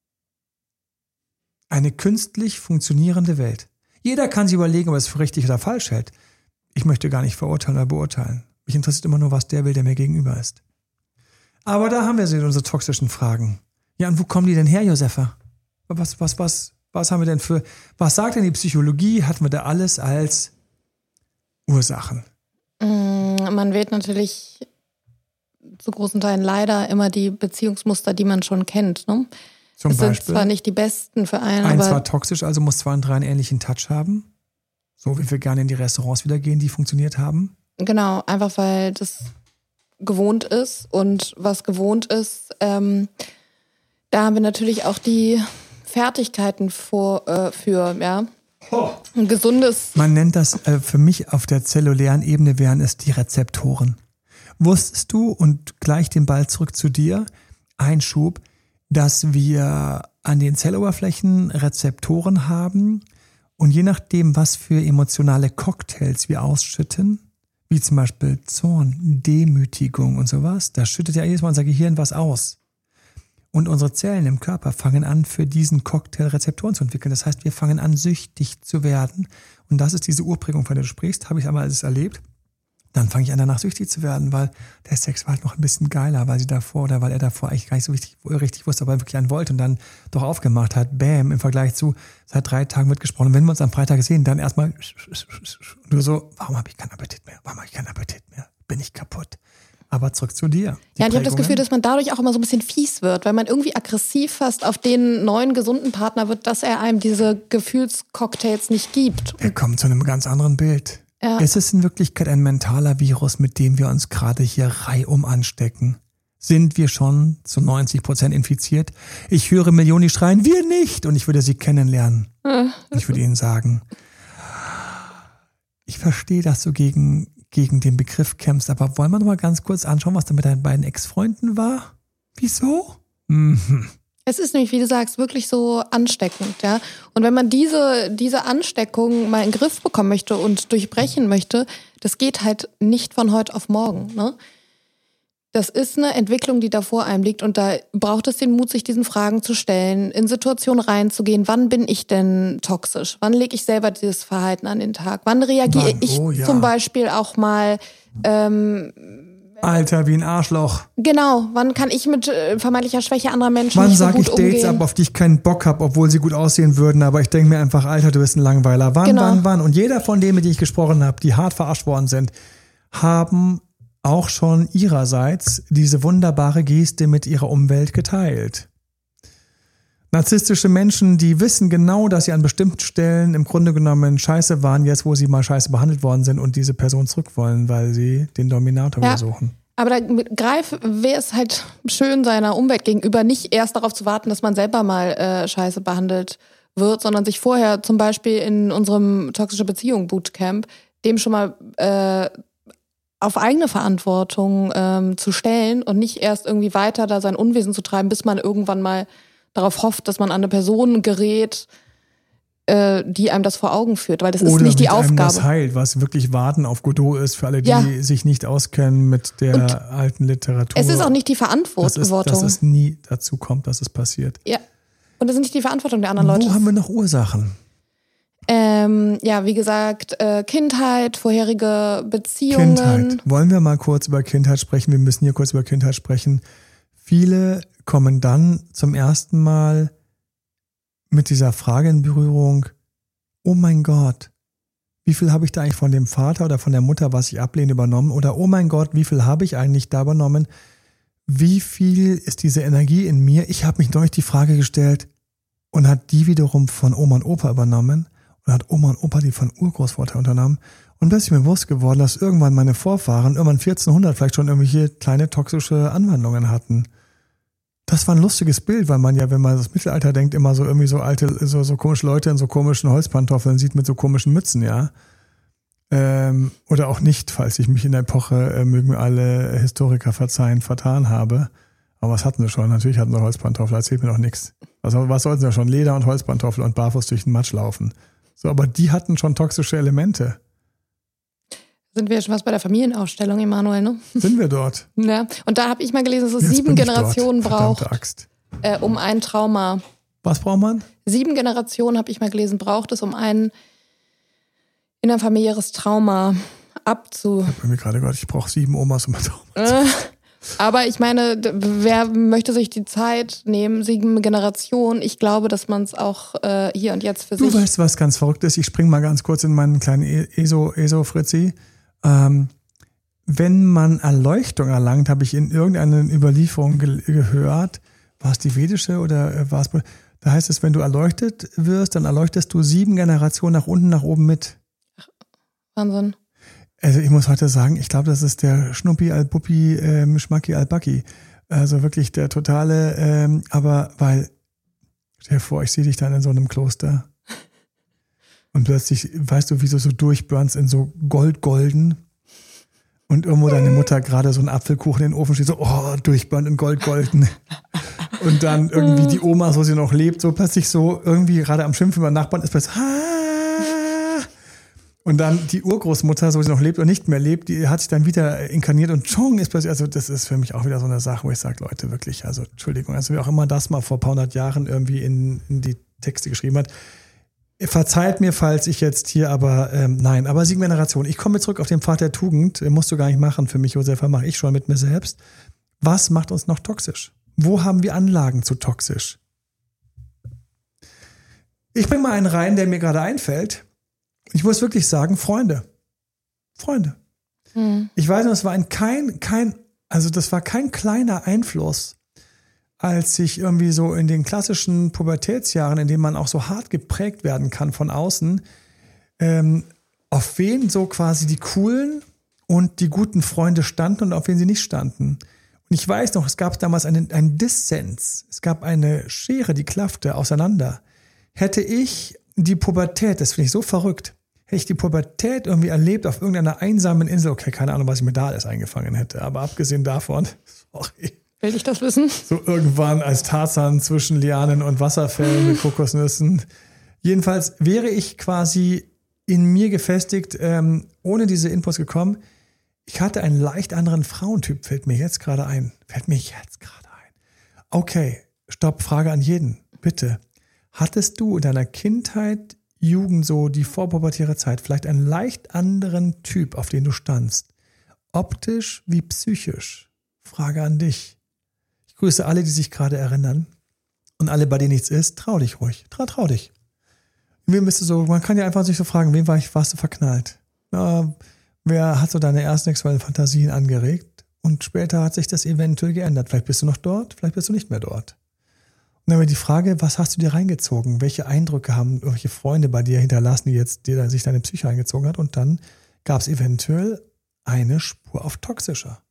Eine künstlich funktionierende Welt. Jeder kann sich überlegen, ob er es für richtig oder falsch hält. Ich möchte gar nicht verurteilen oder beurteilen. Mich interessiert immer nur, was der will, der mir gegenüber ist. Aber da haben wir so unsere toxischen Fragen. Ja, und wo kommen die denn her, Josefa? Was haben wir denn für, was sagt denn die Psychologie? Hatten wir da alles als Ursachen?
Man wählt natürlich zu großen Teilen leider immer die Beziehungsmuster, die man schon kennt. Ne?
Zum Beispiel?
Sind zwar nicht die besten für einen,
Eins
aber
war toxisch, also muss 2 und 3 einen ähnlichen Touch haben. So wie wir gerne in die Restaurants wieder gehen, die funktioniert haben.
genau, einfach weil das gewohnt ist und was gewohnt ist, da haben wir natürlich auch die Fertigkeiten für, ja. Ein gesundes.
Man nennt das, für mich auf der zellulären Ebene wären es die Rezeptoren. Wusstest du, und gleich den Ball zurück zu dir, Einschub, dass wir an den Zelloberflächen Rezeptoren haben und je nachdem, was für emotionale Cocktails wir ausschütten, wie zum Beispiel Zorn, Demütigung und sowas, da schüttet ja jedes Mal unser Gehirn was aus. Und unsere Zellen im Körper fangen an, für diesen Cocktail Rezeptoren zu entwickeln. Das heißt, wir fangen an, süchtig zu werden Und das ist diese Urprägung, von der du sprichst, habe ich einmal alles erlebt. Dann fange ich an, danach süchtig zu werden, weil der Sex war halt noch ein bisschen geiler, weil er davor eigentlich gar nicht so richtig wusste, ob er wirklich einen wollte und dann doch aufgemacht hat. Bäm, im Vergleich zu, seit 3 Tagen wird gesprochen. Und wenn wir uns am Freitag sehen, dann erstmal nur so, warum habe ich keinen Appetit mehr? Bin ich kaputt? Aber zurück zu dir.
Ja, und ich habe das Gefühl, dass man dadurch auch immer so ein bisschen fies wird, weil man irgendwie aggressiv fast auf den neuen, gesunden Partner wird, dass er einem diese Gefühlscocktails nicht gibt.
Wir kommen zu einem ganz anderen Bild.
Ja.
Ist es in Wirklichkeit ein mentaler Virus, mit dem wir uns gerade hier reihum anstecken? Sind wir schon zu 90% infiziert? Ich höre Millionen, die schreien, wir nicht! Und ich würde sie kennenlernen. Und ich würde ihnen sagen, ich verstehe, dass du gegen den Begriff kämpfst, aber wollen wir noch mal ganz kurz anschauen, was da mit deinen beiden Ex-Freunden war? Wieso?
Es ist nämlich, wie du sagst, wirklich so ansteckend, ja. Und wenn man diese Ansteckung mal in den Griff bekommen möchte und durchbrechen möchte, das geht halt nicht von heute auf morgen, ne? Das ist eine Entwicklung, die da vor einem liegt und da braucht es den Mut, sich diesen Fragen zu stellen, in Situationen reinzugehen. Wann bin ich denn toxisch? Wann lege ich selber dieses Verhalten an den Tag? Wann reagiere ich zum Beispiel auch mal
Alter, wie ein Arschloch.
Genau, wann kann ich mit vermeintlicher Schwäche anderer Menschen
wann
nicht so
sag
gut umgehen?
Wann sage ich Dates ab, auf die ich keinen Bock habe, obwohl sie gut aussehen würden, aber ich denke mir einfach, Alter, du bist ein Langweiler. Wann? Und jeder von denen, mit denen ich gesprochen habe, die hart verarscht worden sind, haben auch schon ihrerseits diese wunderbare Geste mit ihrer Umwelt geteilt. Narzisstische Menschen, die wissen genau, dass sie an bestimmten Stellen im Grunde genommen scheiße waren, jetzt wo sie mal scheiße behandelt worden sind und diese Person zurück wollen, weil sie den Dominator wieder suchen.
Aber da wäre es halt schön, seiner Umwelt gegenüber nicht erst darauf zu warten, dass man selber mal scheiße behandelt wird, sondern sich vorher zum Beispiel in unserem toxische Beziehung Bootcamp dem schon mal auf eigene Verantwortung zu stellen und nicht erst irgendwie weiter da sein Unwesen zu treiben, bis man irgendwann mal darauf hofft, dass man an eine Person gerät, die einem das vor Augen führt, weil das ist nicht die Aufgabe. Oder
das heilt, was wirklich Warten auf Godot ist, für alle, die sich nicht auskennen mit der alten Literatur.
Es ist auch nicht die Verantwortung.
Dass es nie dazu kommt, dass es passiert.
Ja, und das ist nicht die Verantwortung der anderen Leute.
Wo haben wir noch Ursachen?
Wie gesagt, Kindheit, vorherige Beziehungen.
Kindheit. Wollen wir mal kurz über Kindheit sprechen? Wir müssen hier kurz über Kindheit sprechen. Viele kommen dann zum ersten Mal mit dieser Frage in Berührung, oh mein Gott, wie viel habe ich da eigentlich von dem Vater oder von der Mutter, was ich ablehne, übernommen? Oder oh mein Gott, wie viel habe ich eigentlich da übernommen? Wie viel ist diese Energie in mir? Ich habe mich neulich die Frage gestellt und hat die wiederum von Oma und Opa übernommen und hat Oma und Opa die von Urgroßvater unternommen. Und da ist mir bewusst geworden, dass irgendwann meine Vorfahren, irgendwann 1400 vielleicht schon irgendwelche kleine toxische Anwandlungen hatten. Das war ein lustiges Bild, weil man ja, wenn man das Mittelalter denkt, immer so irgendwie so alte, so komische Leute in so komischen Holzpantoffeln sieht mit so komischen Mützen, ja. Oder auch nicht, falls ich mich in der Epoche, mögen mir alle Historiker verzeihen, vertan habe. Aber was hatten sie schon? Natürlich hatten sie Holzpantoffeln, erzählt mir doch nichts. Also, was sollten sie ja schon? Leder und Holzpantoffeln und barfuß durch den Matsch laufen. So, aber die hatten schon toxische Elemente.
Sind wir schon was bei der Familienausstellung, Emanuel, ne?
Sind wir dort?
Ja, und da habe ich mal gelesen, dass es 7 Generationen braucht, um ein Trauma.
Was braucht man?
7 Generationen, habe ich mal gelesen, braucht es, um ein innerfamiliäres Trauma
Ich habe mir gerade gedacht, ich brauche 7 Omas, um ein Trauma zu
Aber ich meine, wer möchte sich die Zeit nehmen, 7 Generationen? Ich glaube, dass man es auch hier und jetzt für sich...
Du weißt, was ganz verrückt ist? Ich springe mal ganz kurz in meinen kleinen ESO-Fritzi. Wenn man Erleuchtung erlangt, habe ich in irgendeiner Überlieferung gehört, war es die vedische oder war es... Da heißt es, wenn du erleuchtet wirst, dann erleuchtest du 7 Generationen nach unten, nach oben mit.
Ach, Wahnsinn.
Also ich muss heute sagen, ich glaube, das ist der Schnuppi al-Buppi, Schmacki al-Backi. Also wirklich der totale, aber weil, stell dir vor, ich sehe dich dann in so einem Kloster und plötzlich, weißt du, wie du so durchburnst in so goldgolden und irgendwo deine Mutter gerade so einen Apfelkuchen in den Ofen steht, so, durchburnt in goldgolden. Und dann irgendwie die Oma, so sie noch lebt, so plötzlich so irgendwie gerade am Schimpfen über Nachbarn ist plötzlich, und dann die Urgroßmutter, so sie noch lebt und nicht mehr lebt, die hat sich dann wieder inkarniert und Chong ist plötzlich, also das ist für mich auch wieder so eine Sache, wo ich sage, Leute, wirklich, also Entschuldigung, also wie auch immer das mal vor ein paar hundert Jahren irgendwie in die Texte geschrieben hat. Verzeiht mir, falls ich jetzt hier aber, nein, aber 7 Generationen. Ich komme zurück auf den Pfad der Tugend. Musst du gar nicht machen für mich, Josefa, mache ich schon mit mir selbst. Was macht uns noch toxisch? Wo haben wir Anlagen zu toxisch? Ich bringe mal einen rein, der mir gerade einfällt. Ich muss wirklich sagen, Freunde. Ich weiß noch, es war das war kein kleiner Einfluss, als ich irgendwie so in den klassischen Pubertätsjahren, in denen man auch so hart geprägt werden kann von außen, auf wen so quasi die coolen und die guten Freunde standen und auf wen sie nicht standen. Und ich weiß noch, es gab damals einen Dissens. Es gab eine Schere, die klaffte auseinander. Hätte ich die Pubertät, das finde ich so verrückt, hätte ich die Pubertät irgendwie erlebt auf irgendeiner einsamen Insel, okay, keine Ahnung, was ich mir da alles eingefangen hätte, aber abgesehen davon, sorry.
Will ich das wissen?
So irgendwann als Tarzan zwischen Lianen und Wasserfällen mit Kokosnüssen. Jedenfalls wäre ich quasi in mir gefestigt, ohne diese Infos gekommen. Ich hatte einen leicht anderen Frauentyp, fällt mir jetzt gerade ein. Okay, stopp, Frage an jeden, bitte. Hattest du in deiner Kindheit, Jugend, so die vorpubertäre Zeit, vielleicht einen leicht anderen Typ, auf den du standst? Optisch wie psychisch? Frage an dich. Ich grüße alle, die sich gerade erinnern. Und alle, bei denen nichts ist, trau dich ruhig. Trau dich. Wem bist du so, man kann ja einfach sich so fragen, wem warst du verknallt? Wer hat so deine ersten sexuellen Fantasien angeregt? Und später hat sich das eventuell geändert. Vielleicht bist du noch dort, vielleicht bist du nicht mehr dort. Und dann wäre die Frage, was hast du dir reingezogen? Welche Eindrücke haben irgendwelche Freunde bei dir hinterlassen, die jetzt sich deine Psyche reingezogen hat? Und dann gab es eventuell eine Spur auf toxischer.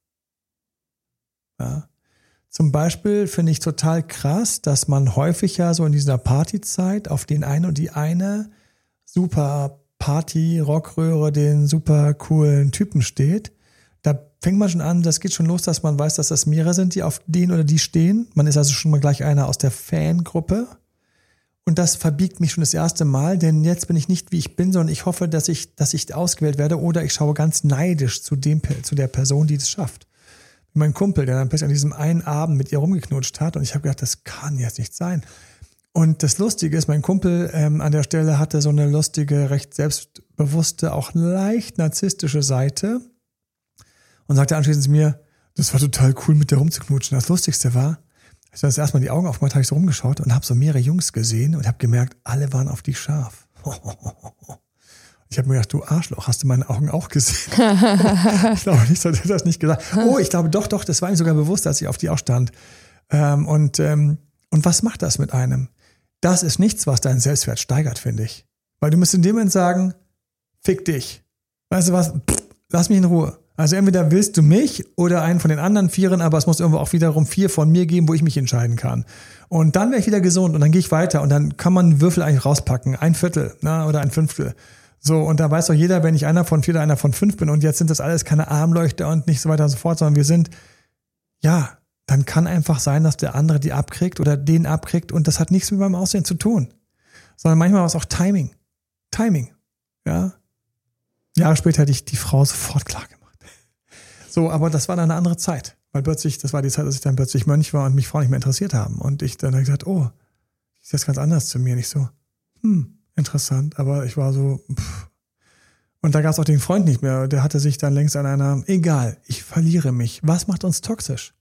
Ja. Zum Beispiel finde ich total krass, dass man häufig ja so in dieser Partyzeit auf den einen und die eine super Party-Rockröhre, den super coolen Typen steht. Da fängt man schon an, das geht schon los, dass man weiß, dass das mehrere sind, die auf den oder die stehen. Man ist also schon mal gleich einer aus der Fangruppe. Und das verbiegt mich schon das erste Mal, denn jetzt bin ich nicht, wie ich bin, sondern ich hoffe, dass ich ausgewählt werde oder ich schaue ganz neidisch zu der Person, die das schafft. Mein Kumpel, der dann plötzlich an diesem einen Abend mit ihr rumgeknutscht hat und ich habe gedacht, das kann jetzt nicht sein. Und das Lustige ist, mein Kumpel an der Stelle hatte so eine lustige, recht selbstbewusste, auch leicht narzisstische Seite und sagte anschließend zu mir, das war total cool, mit der rumzuknutschen. Das Lustigste war, als ich das erstmal die Augen aufgemacht habe, ich so rumgeschaut und habe so mehrere Jungs gesehen und habe gemerkt, alle waren auf dich scharf. Ich habe mir gedacht, du Arschloch, hast du meine Augen auch gesehen? Ich glaube nicht, dass er das nicht gesagt. Oh, ich glaube doch, das war ihm sogar bewusst, als ich auf die auch stand. Und was macht das mit einem? Das ist nichts, was deinen Selbstwert steigert, finde ich. Weil du musst in dem Moment sagen, fick dich. Weißt du was? Lass mich in Ruhe. Also entweder willst du mich oder einen von den anderen Vieren, aber es muss irgendwo auch wiederum 4 von mir geben, wo ich mich entscheiden kann. Und dann wäre ich wieder gesund und dann gehe ich weiter und dann kann man einen Würfel eigentlich rauspacken. 1/4 oder 1/5. So, und da weiß doch jeder, wenn ich einer von 4 oder einer von 5 bin und jetzt sind das alles keine Armleuchter und nicht so weiter und so fort, sondern wir sind, ja, dann kann einfach sein, dass der andere die abkriegt oder den abkriegt und das hat nichts mit meinem Aussehen zu tun. Sondern manchmal war es auch Timing. Ja. Jahre später hätte ich die Frau sofort klar gemacht. So, aber das war dann eine andere Zeit. Weil plötzlich, das war die Zeit, dass ich dann plötzlich Mönch war und mich Frauen nicht mehr interessiert haben. Und ich dann gesagt, oh, ist das ganz anders zu mir. Nicht so, interessant. Aber ich war so, Und da gab es auch den Freund nicht mehr. Der hatte sich dann längst an einer, egal, ich verliere mich. Was macht uns toxisch?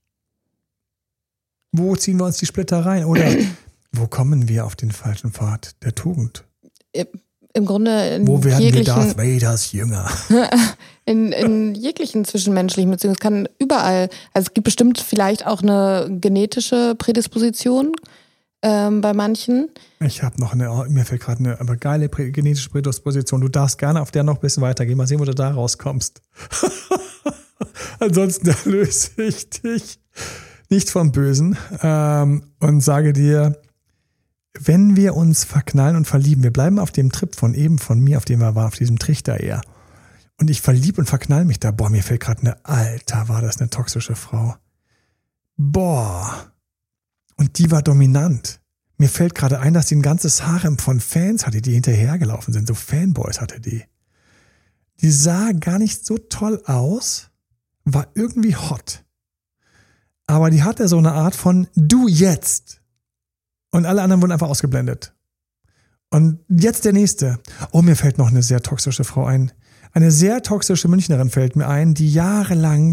Wo ziehen wir uns die Splitter rein? Oder wo kommen wir auf den falschen Pfad der Tugend?
Im Grunde
wo werden wir Darth Vaders Jünger?
in jeglichen zwischenmenschlichen Beziehungen. Es kann überall, also es gibt bestimmt vielleicht auch eine genetische Prädisposition bei manchen.
Ich habe noch mir fällt gerade eine aber geile genetische Prädisposition. Du darfst gerne auf der noch ein bisschen weitergehen. Mal sehen, wo du da rauskommst. Ansonsten erlöse ich dich nicht vom Bösen und sage dir, wenn wir uns verknallen und verlieben, wir bleiben auf dem Trip von eben von mir, auf dem wir waren, auf diesem Trichter eher. Und ich verliebe und verknall mich da. Boah, mir fällt gerade war das eine toxische Frau. Boah. Und die war dominant. Mir fällt gerade ein, dass die ein ganzes Harem von Fans hatte, die hinterhergelaufen sind. So Fanboys hatte die. Die sah gar nicht so toll aus, war irgendwie hot. Aber die hatte so eine Art von du jetzt. Und alle anderen wurden einfach ausgeblendet. Und jetzt der nächste. Oh, mir fällt noch eine sehr toxische Frau ein. Eine sehr toxische Münchnerin fällt mir ein, die jahrelang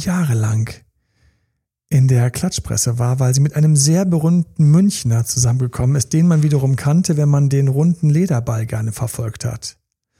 in der Klatschpresse war, weil sie mit einem sehr berühmten Münchner zusammengekommen ist, den man wiederum kannte, wenn man den runden Lederball gerne verfolgt hat.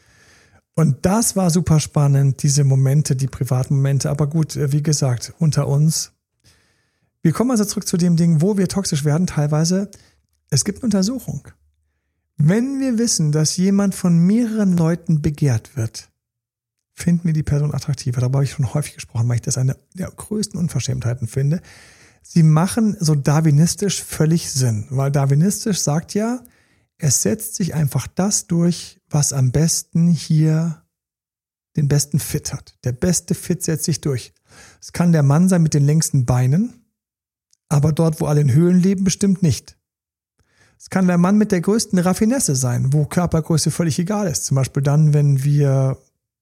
Und das war super spannend, diese Momente, die privaten Momente. Aber gut, wie gesagt, unter uns. Wir kommen also zurück zu dem Ding, wo wir toxisch werden teilweise. Es gibt eine Untersuchung. Wenn wir wissen, dass jemand von mehreren Leuten begehrt wird, finden wir die Person attraktiver. Darüber habe ich schon häufig gesprochen, weil ich das eine der größten Unverschämtheiten finde. Sie machen so darwinistisch völlig Sinn, weil darwinistisch sagt ja, es setzt sich einfach das durch, was am besten hier den besten Fit hat. Der beste Fit setzt sich durch. Es kann der Mann sein mit den längsten Beinen, aber dort, wo alle in Höhlen leben, bestimmt nicht. Es kann der Mann mit der größten Raffinesse sein, wo Körpergröße völlig egal ist. Zum Beispiel dann, wenn wir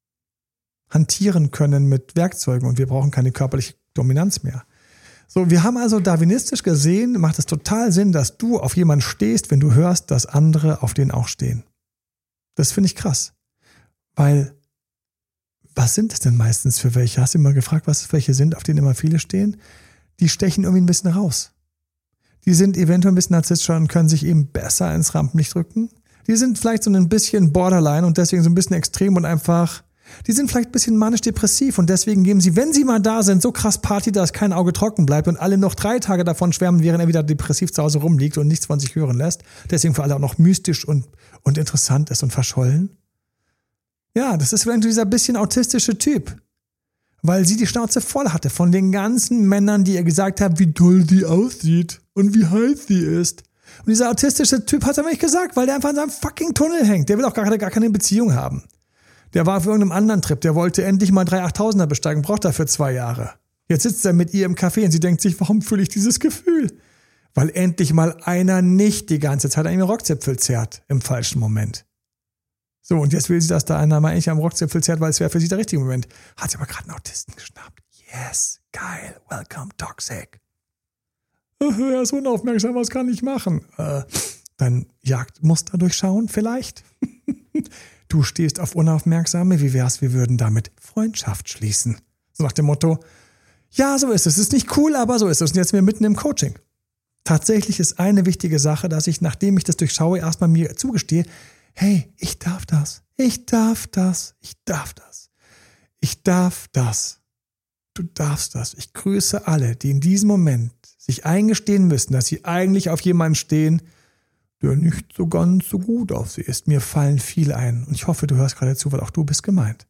hantieren können mit Werkzeugen und wir brauchen keine körperliche Dominanz mehr. So, wir haben also darwinistisch gesehen, macht es total Sinn, dass du auf jemanden stehst, wenn du hörst, dass andere auf den auch stehen. Das finde ich krass. Weil, was sind das denn meistens für welche? Hast du immer gefragt, was es welche sind, auf denen immer viele stehen? Die stechen irgendwie ein bisschen raus. Die sind eventuell ein bisschen narzisstischer und können sich eben besser ins Rampenlicht drücken. Die sind vielleicht so ein bisschen borderline und deswegen so ein bisschen extrem und einfach, die sind vielleicht ein bisschen manisch-depressiv und deswegen geben sie, wenn sie mal da sind, so krass Party, dass kein Auge trocken bleibt und alle noch 3 Tage davon schwärmen, während er wieder depressiv zu Hause rumliegt und nichts von sich hören lässt. Deswegen für alle auch noch mystisch und interessant ist und verschollen. Ja, das ist vielleicht dieser bisschen autistische Typ. Weil sie die Schnauze voll hatte von den ganzen Männern, die ihr gesagt haben, wie toll die aussieht und wie heiß sie ist. Und dieser autistische Typ hat es aber nicht gesagt, weil der einfach in seinem fucking Tunnel hängt. Der will auch gar keine Beziehung haben. Der war auf irgendeinem anderen Trip, der wollte endlich mal 3 8000er besteigen, braucht dafür 2 Jahre. Jetzt sitzt er mit ihr im Café und sie denkt sich, warum fühle ich dieses Gefühl? Weil endlich mal einer nicht die ganze Zeit an ihren Rockzipfel zerrt im falschen Moment. So, und jetzt will sie, dass da einer mal eigentlich am Rockzipfel zerrt, weil es wäre für sie der richtige Moment. Hat sie aber gerade einen Autisten geschnappt. Yes, geil, welcome, toxic. Er ist unaufmerksam, was kann ich machen? Dann Jagdmuster durchschauen vielleicht? Du stehst auf Unaufmerksame, wie wär's, wir würden damit Freundschaft schließen. So nach dem Motto, ja, so ist es. Es ist nicht cool, aber so ist es. Und jetzt sind wir mitten im Coaching. Tatsächlich ist eine wichtige Sache, dass ich, nachdem ich das durchschaue, erstmal mir zugestehe, hey, ich darf das. Ich darf das. Ich darf das. Ich darf das. Du darfst das. Ich grüße alle, die in diesem Moment sich eingestehen müssen, dass sie eigentlich auf jemanden stehen, der nicht so ganz so gut auf sie ist. Mir fallen viele ein. Und ich hoffe, du hörst gerade zu, weil auch du bist gemeint.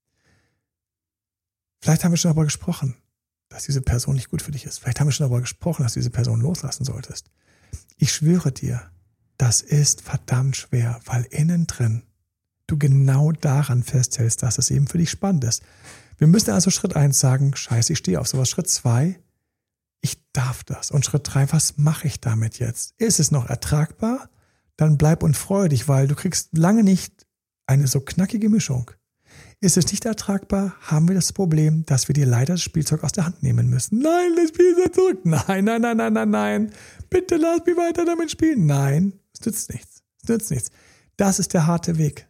Vielleicht haben wir schon darüber gesprochen, dass diese Person nicht gut für dich ist. Vielleicht haben wir schon darüber gesprochen, dass du diese Person loslassen solltest. Ich schwöre dir, das ist verdammt schwer, weil innen drin du genau daran festhältst, dass es eben für dich spannend ist. Wir müssen also Schritt 1 sagen, scheiße, ich stehe auf sowas. Schritt 2, ich darf das. Und Schritt 3, was mache ich damit jetzt? Ist es noch ertragbar? Dann bleib und freue dich, weil du kriegst lange nicht eine so knackige Mischung. Ist es nicht ertragbar, haben wir das Problem, dass wir dir leider das Spielzeug aus der Hand nehmen müssen. Nein, das Spielzeug zurück. Nein. Bitte lass mich weiter damit spielen. Nein, es nützt nichts. Das ist der harte Weg.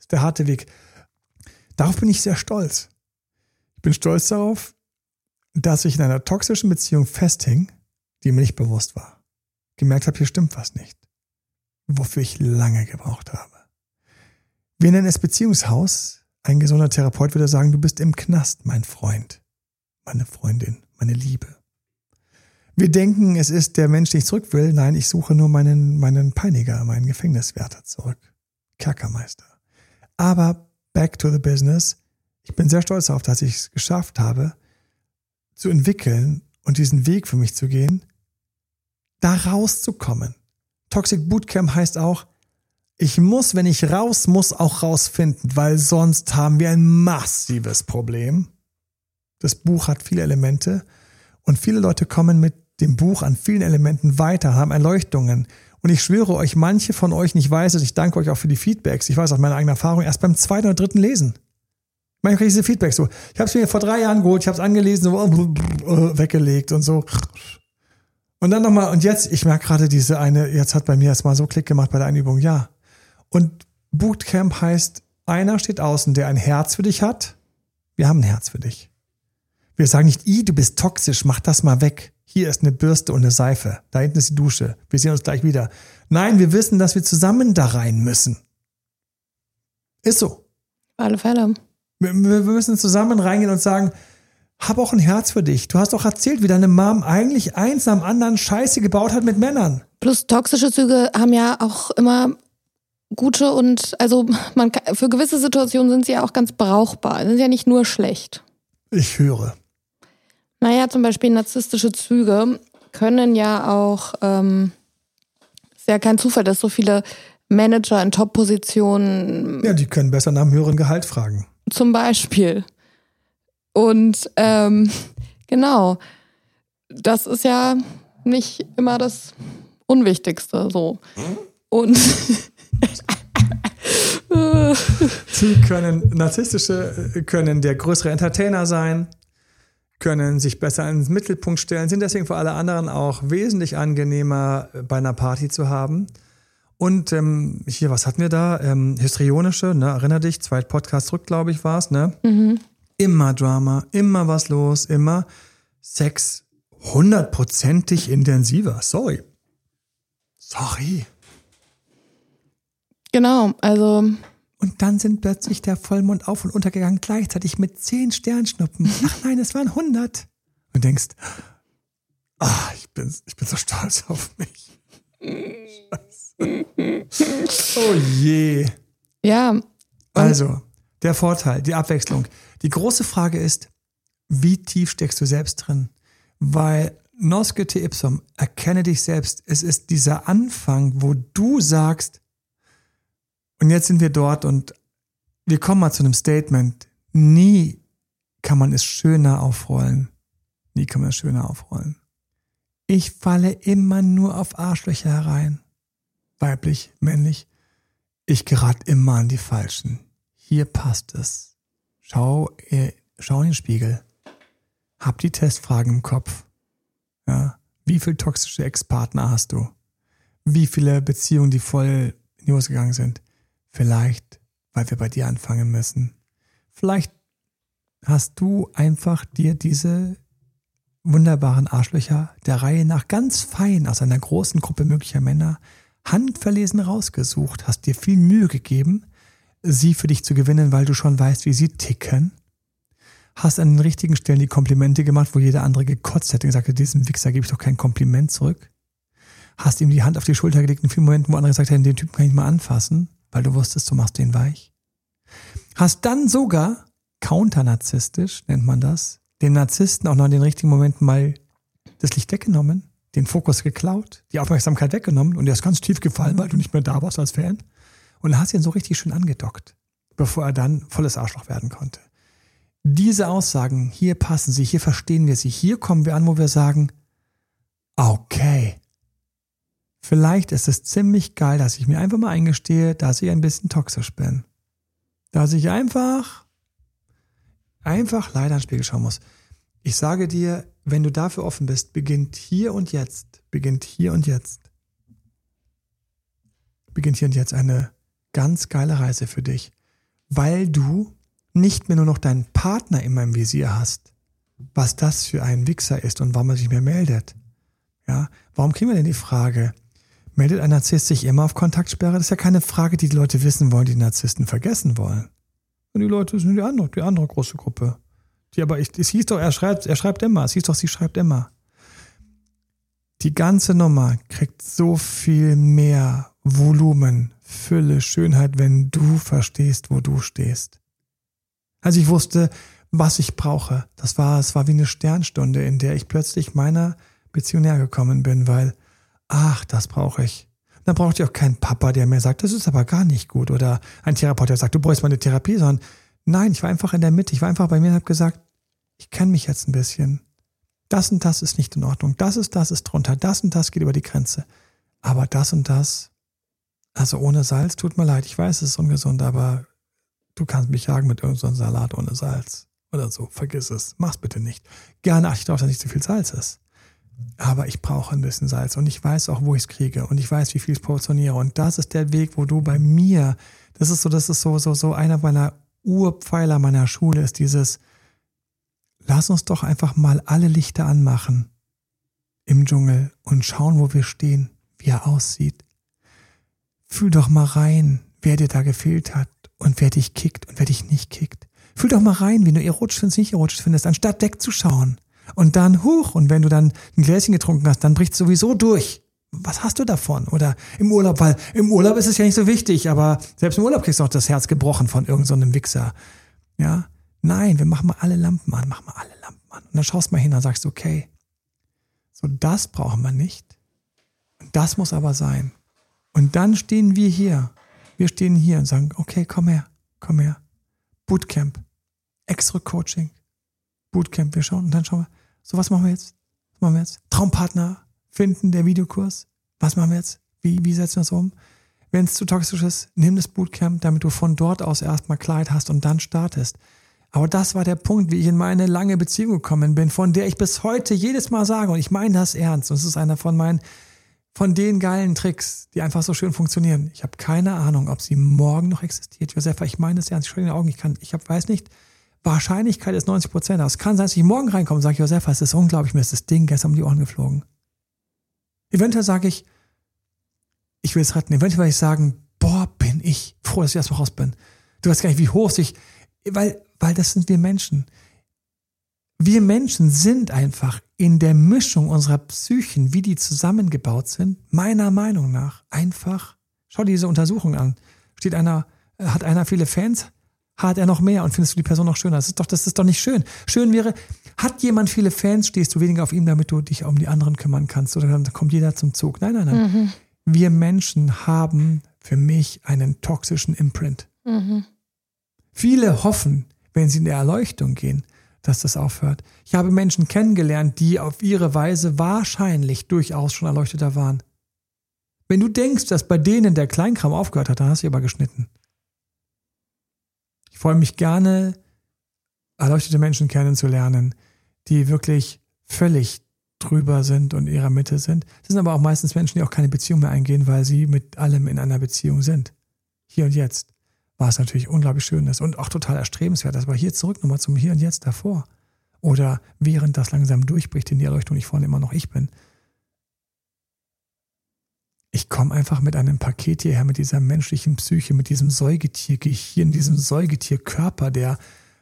Darauf bin ich sehr stolz. Ich bin stolz darauf, dass ich in einer toxischen Beziehung festhing, die mir nicht bewusst war. Gemerkt habe, hier stimmt was nicht. Wofür ich lange gebraucht habe. Wir nennen es Beziehungshaus. Ein gesunder Therapeut würde sagen, du bist im Knast, mein Freund, meine Freundin, meine Liebe. Wir denken, es ist der Mensch, den ich zurück will. Nein, ich suche nur meinen Peiniger, meinen Gefängniswärter zurück. Kerkermeister. Aber back to the business. Ich bin sehr stolz darauf, dass ich es geschafft habe, zu entwickeln und diesen Weg für mich zu gehen, da rauszukommen. Toxic Bootcamp heißt auch, ich muss, wenn ich raus muss, auch rausfinden, weil sonst haben wir ein massives Problem. Das Buch hat viele Elemente und viele Leute kommen mit dem Buch an vielen Elementen weiter, haben Erleuchtungen. Und ich schwöre euch, manche von euch nicht weiß es, ich danke euch auch für die Feedbacks, ich weiß aus meiner eigenen Erfahrung, erst beim 2. oder 3. Lesen. Manchmal kriege ich diese Feedbacks so. Ich habe es mir vor 3 Jahren geholt, ich habe es angelesen, so weggelegt und so. Und dann nochmal, und jetzt, ich merke gerade diese eine, jetzt hat bei mir erstmal so Klick gemacht bei der Einübung, ja. Und Bootcamp heißt, einer steht außen, der ein Herz für dich hat. Wir haben ein Herz für dich. Wir sagen nicht, du bist toxisch, mach das mal weg. Hier ist eine Bürste und eine Seife. Da hinten ist die Dusche. Wir sehen uns gleich wieder. Nein, wir wissen, dass wir zusammen da rein müssen. Ist so.
Auf alle Fälle.
Wir müssen zusammen reingehen und sagen, hab auch ein Herz für dich. Du hast doch erzählt, wie deine Mom eigentlich eins am anderen Scheiße gebaut hat mit Männern.
Plus toxische Züge haben ja auch immer gute und, also für gewisse Situationen sind sie ja auch ganz brauchbar. Sind ja nicht nur schlecht.
Ich höre.
Naja, zum Beispiel narzisstische Züge können ja auch, ist ja kein Zufall, dass so viele Manager in Top-Positionen.
Ja, die können besser nach einem höheren Gehalt fragen.
Zum Beispiel. Und genau, das ist ja nicht immer das Unwichtigste. So. Und
Narzisstische können der größere Entertainer sein, können sich besser ins Mittelpunkt stellen, sind deswegen für alle anderen auch wesentlich angenehmer bei einer Party zu haben. Und hier, was hatten wir da? Histrionische, ne? Erinner dich, 2 Podcasts zurück, glaube ich, war es, ne? Mhm. Immer Drama, immer was los, immer Sex 100%ig intensiver. Sorry.
Genau, also.
Und dann sind plötzlich der Vollmond auf und untergegangen, gleichzeitig mit 10 Sternschnuppen. Ach nein, es waren 100. Und denkst, ich bin so stolz auf mich. Oh je.
Ja.
Also, der Vorteil, die Abwechslung. Die große Frage ist, wie tief steckst du selbst drin? Weil Nosce te ipsum, erkenne dich selbst. Es ist dieser Anfang, wo du sagst, und jetzt sind wir dort und wir kommen mal zu einem Statement. Nie kann man es schöner aufrollen. Nie kann man es schöner aufrollen. Ich falle immer nur auf Arschlöcher herein. Weiblich, männlich. Ich gerate immer an die Falschen. Hier passt es. Schau in den Spiegel. Hab die Testfragen im Kopf. Ja. Wie viele toxische Ex-Partner hast du? Wie viele Beziehungen, die voll in die Hose gegangen sind? Vielleicht, weil wir bei dir anfangen müssen. Vielleicht hast du einfach dir diese wunderbaren Arschlöcher der Reihe nach ganz fein aus einer großen Gruppe möglicher Männer handverlesen rausgesucht, hast dir viel Mühe gegeben, sie für dich zu gewinnen, weil du schon weißt, wie sie ticken. Hast an den richtigen Stellen die Komplimente gemacht, wo jeder andere gekotzt hätte und gesagt hat, diesem Wichser gebe ich doch kein Kompliment zurück. Hast ihm die Hand auf die Schulter gelegt in vielen Momenten, wo andere gesagt hätten, den Typen kann ich mal anfassen, weil du wusstest, du machst den weich. Hast dann sogar, counternarzisstisch nennt man das, dem Narzissten auch noch in den richtigen Momenten mal das Licht weggenommen, den Fokus geklaut, die Aufmerksamkeit weggenommen und er ist ganz tief gefallen, weil du nicht mehr da warst als Fan. Und dann hast du ihn so richtig schön angedockt, bevor er dann volles Arschloch werden konnte. Diese Aussagen, hier passen sie, hier verstehen wir sie, hier kommen wir an, wo wir sagen, okay, vielleicht ist es ziemlich geil, dass ich mir einfach mal eingestehe, dass ich ein bisschen toxisch bin. Dass ich einfach leider in den Spiegel schauen muss. Ich sage dir, wenn du dafür offen bist, beginnt hier und jetzt eine ganz geile Reise für dich, weil du nicht mehr nur noch deinen Partner immer im Visier hast, was das für ein Wichser ist und warum er sich mehr meldet. Ja, warum kriegen wir denn die Frage, meldet ein Narzisst sich immer auf Kontaktsperre? Das ist ja keine Frage, die Leute wissen wollen, die Narzissten vergessen wollen. Und die Leute sind die andere große Gruppe. Es hieß doch, er schreibt immer. Es hieß doch, sie schreibt immer. Die ganze Nummer kriegt so viel mehr Volumen, Fülle, Schönheit, wenn du verstehst, wo du stehst. Also ich wusste, was ich brauche. Es war wie eine Sternstunde, in der ich plötzlich meiner Beziehung näher gekommen bin, weil, das brauche ich. Dann brauchte ich auch keinen Papa, der mir sagt, das ist aber gar nicht gut. Oder ein Therapeut, der sagt, du brauchst mal eine Therapie, sondern nein, ich war einfach in der Mitte. Ich war einfach bei mir und habe gesagt, ich kenne mich jetzt ein bisschen. Das und das ist nicht in Ordnung. Das ist drunter. Das und das geht über die Grenze. Aber das und das, also ohne Salz, tut mir leid. Ich weiß, es ist ungesund, aber du kannst mich jagen mit irgendeinem Salat ohne Salz. Oder so. Vergiss es. Mach's bitte nicht. Gerne achte ich darauf, dass nicht zu viel Salz ist. aber ich brauche ein bisschen Salz und ich weiß auch, wo ich es kriege und ich weiß, wie viel ich portioniere und das ist der Weg, wo du bei mir, das ist so einer meiner Urpfeiler meiner Schule ist dieses, lass uns doch einfach mal alle Lichter anmachen im Dschungel und schauen, wo wir stehen, wie er aussieht. Fühl doch mal rein, wer dir da gefehlt hat und wer dich kickt und wer dich nicht kickt. Fühl doch mal rein, wie du erotisch findest, nicht erotisch findest, anstatt wegzuschauen. Und dann und wenn du dann ein Gläschen getrunken hast, dann bricht es sowieso durch. Was hast du davon? Oder im Urlaub, weil im Urlaub ist es ja nicht so wichtig, aber selbst im Urlaub kriegst du auch das Herz gebrochen von irgend so einem Wichser. Ja? Nein, wir machen mal alle Lampen an. Und dann schaust mal hin und sagst, okay, so das brauchen wir nicht. Und das muss aber sein. Und dann stehen wir hier. Wir stehen hier und sagen, okay, komm her. Bootcamp, extra Coaching, Bootcamp, wir schauen und dann schauen wir, so was machen wir jetzt? Traumpartner finden, der Videokurs. Was machen wir jetzt? Wie setzen wir das um? Wenn es zu toxisch ist, nimm das Bootcamp, damit du von dort aus erstmal Klarheit hast und dann startest. Aber das war der Punkt, wie ich in meine lange Beziehung gekommen bin, von der ich bis heute jedes Mal sage, und ich meine das ernst, und es ist einer von den geilen Tricks, die einfach so schön funktionieren. Ich habe keine Ahnung, ob sie morgen noch existiert. Josefa, ich meine das ernst, ich schaue in die Augen, weiß nicht, Wahrscheinlichkeit ist 90%, aber es kann sein, dass ich morgen reinkomme und sage, Josefa, es ist unglaublich, mir ist das Ding gestern um die Ohren geflogen. Eventuell sage ich will es retten. Eventuell werde ich sagen, bin ich froh, dass ich erstmal raus bin. Du weißt gar nicht, wie hoch weil das sind wir Menschen. Wir Menschen sind einfach in der Mischung unserer Psychen, wie die zusammengebaut sind, meiner Meinung nach einfach, schau dir diese Untersuchung an. Hat einer viele Fans, hat er noch mehr und findest du die Person noch schöner? Das ist doch nicht schön. Schön wäre, hat jemand viele Fans, stehst du weniger auf ihm, damit du dich um die anderen kümmern kannst oder dann kommt jeder zum Zug. Nein. Mhm. Wir Menschen haben für mich einen toxischen Imprint. Mhm. Viele hoffen, wenn sie in der Erleuchtung gehen, dass das aufhört. Ich habe Menschen kennengelernt, die auf ihre Weise wahrscheinlich durchaus schon erleuchteter waren. Wenn du denkst, dass bei denen der Kleinkram aufgehört hat, dann hast du aber geschnitten. Ich freue mich gerne, erleuchtete Menschen kennenzulernen, die wirklich völlig drüber sind und in ihrer Mitte sind. Das sind aber auch meistens Menschen, die auch keine Beziehung mehr eingehen, weil sie mit allem in einer Beziehung sind. Hier und jetzt. War es natürlich unglaublich schön ist und auch total erstrebenswert. Das war hier zurück nochmal zum Hier und Jetzt davor. Oder während das langsam durchbricht in die Erleuchtung, ich vorne immer noch ich bin. Ich komme einfach mit einem Paket hierher, mit dieser menschlichen Psyche, mit diesem Säugetiergehirn, diesem Säugetierkörper, der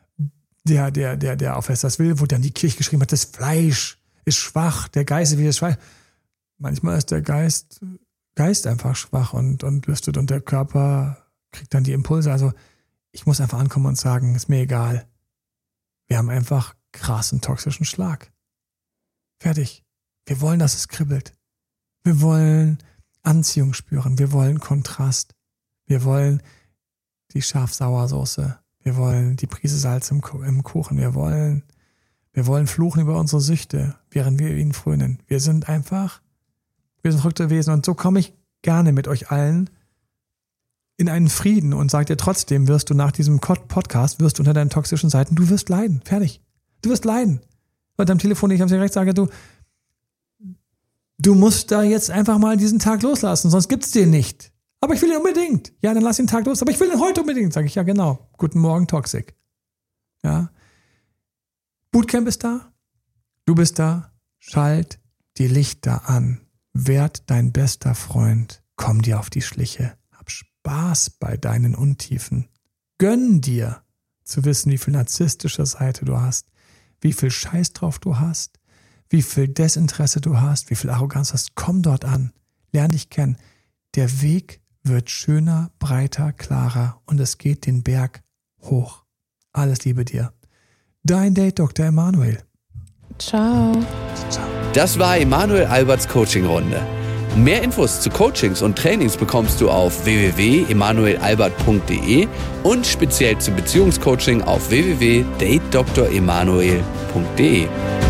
auf das will, wo dann die Kirche geschrieben hat, das Fleisch ist schwach, der Geist ist wie das Fleisch. Manchmal ist der Geist einfach schwach und lüstet und der Körper kriegt dann die Impulse. Also ich muss einfach ankommen und sagen, ist mir egal. Wir haben einfach krassen toxischen Schlag. Fertig. Wir wollen, dass es kribbelt. Wir wollen Anziehung spüren. Wir wollen Kontrast. Wir wollen die Scharf-Sauer-Soße. Wir wollen die Prise Salz im Kuchen. Wir wollen fluchen über unsere Süchte, während wir ihnen frönen. Wir sind verrückte Wesen. Und so komme ich gerne mit euch allen in einen Frieden und sag dir trotzdem, wirst du nach diesem Podcast, unter deinen toxischen Seiten, du wirst leiden. Fertig. Du wirst leiden. Und am Telefon, ich habe dir direkt sage, du musst da jetzt einfach mal diesen Tag loslassen, sonst gibt's den nicht. Aber ich will ihn unbedingt. Ja, dann lass den Tag los. Aber ich will ihn heute unbedingt. Sage ich, ja genau. Guten Morgen, Toxic. Ja. Bootcamp ist da. Du bist da. Schalt die Lichter an. Werd dein bester Freund. Komm dir auf die Schliche. Spaß bei deinen Untiefen. Gönn dir zu wissen, wie viel narzisstische Seite du hast, wie viel Scheiß drauf du hast, wie viel Desinteresse du hast, wie viel Arroganz hast. Komm dort an, lern dich kennen. Der Weg wird schöner, breiter, klarer und es geht den Berg hoch. Alles Liebe dir. Dein Date Dr. Emanuel.
Ciao.
Das war Emanuel Alberts Coaching-Runde. Mehr Infos zu Coachings und Trainings bekommst du auf www.emanuelalbert.de und speziell zum Beziehungscoaching auf www.datedremanuel.de.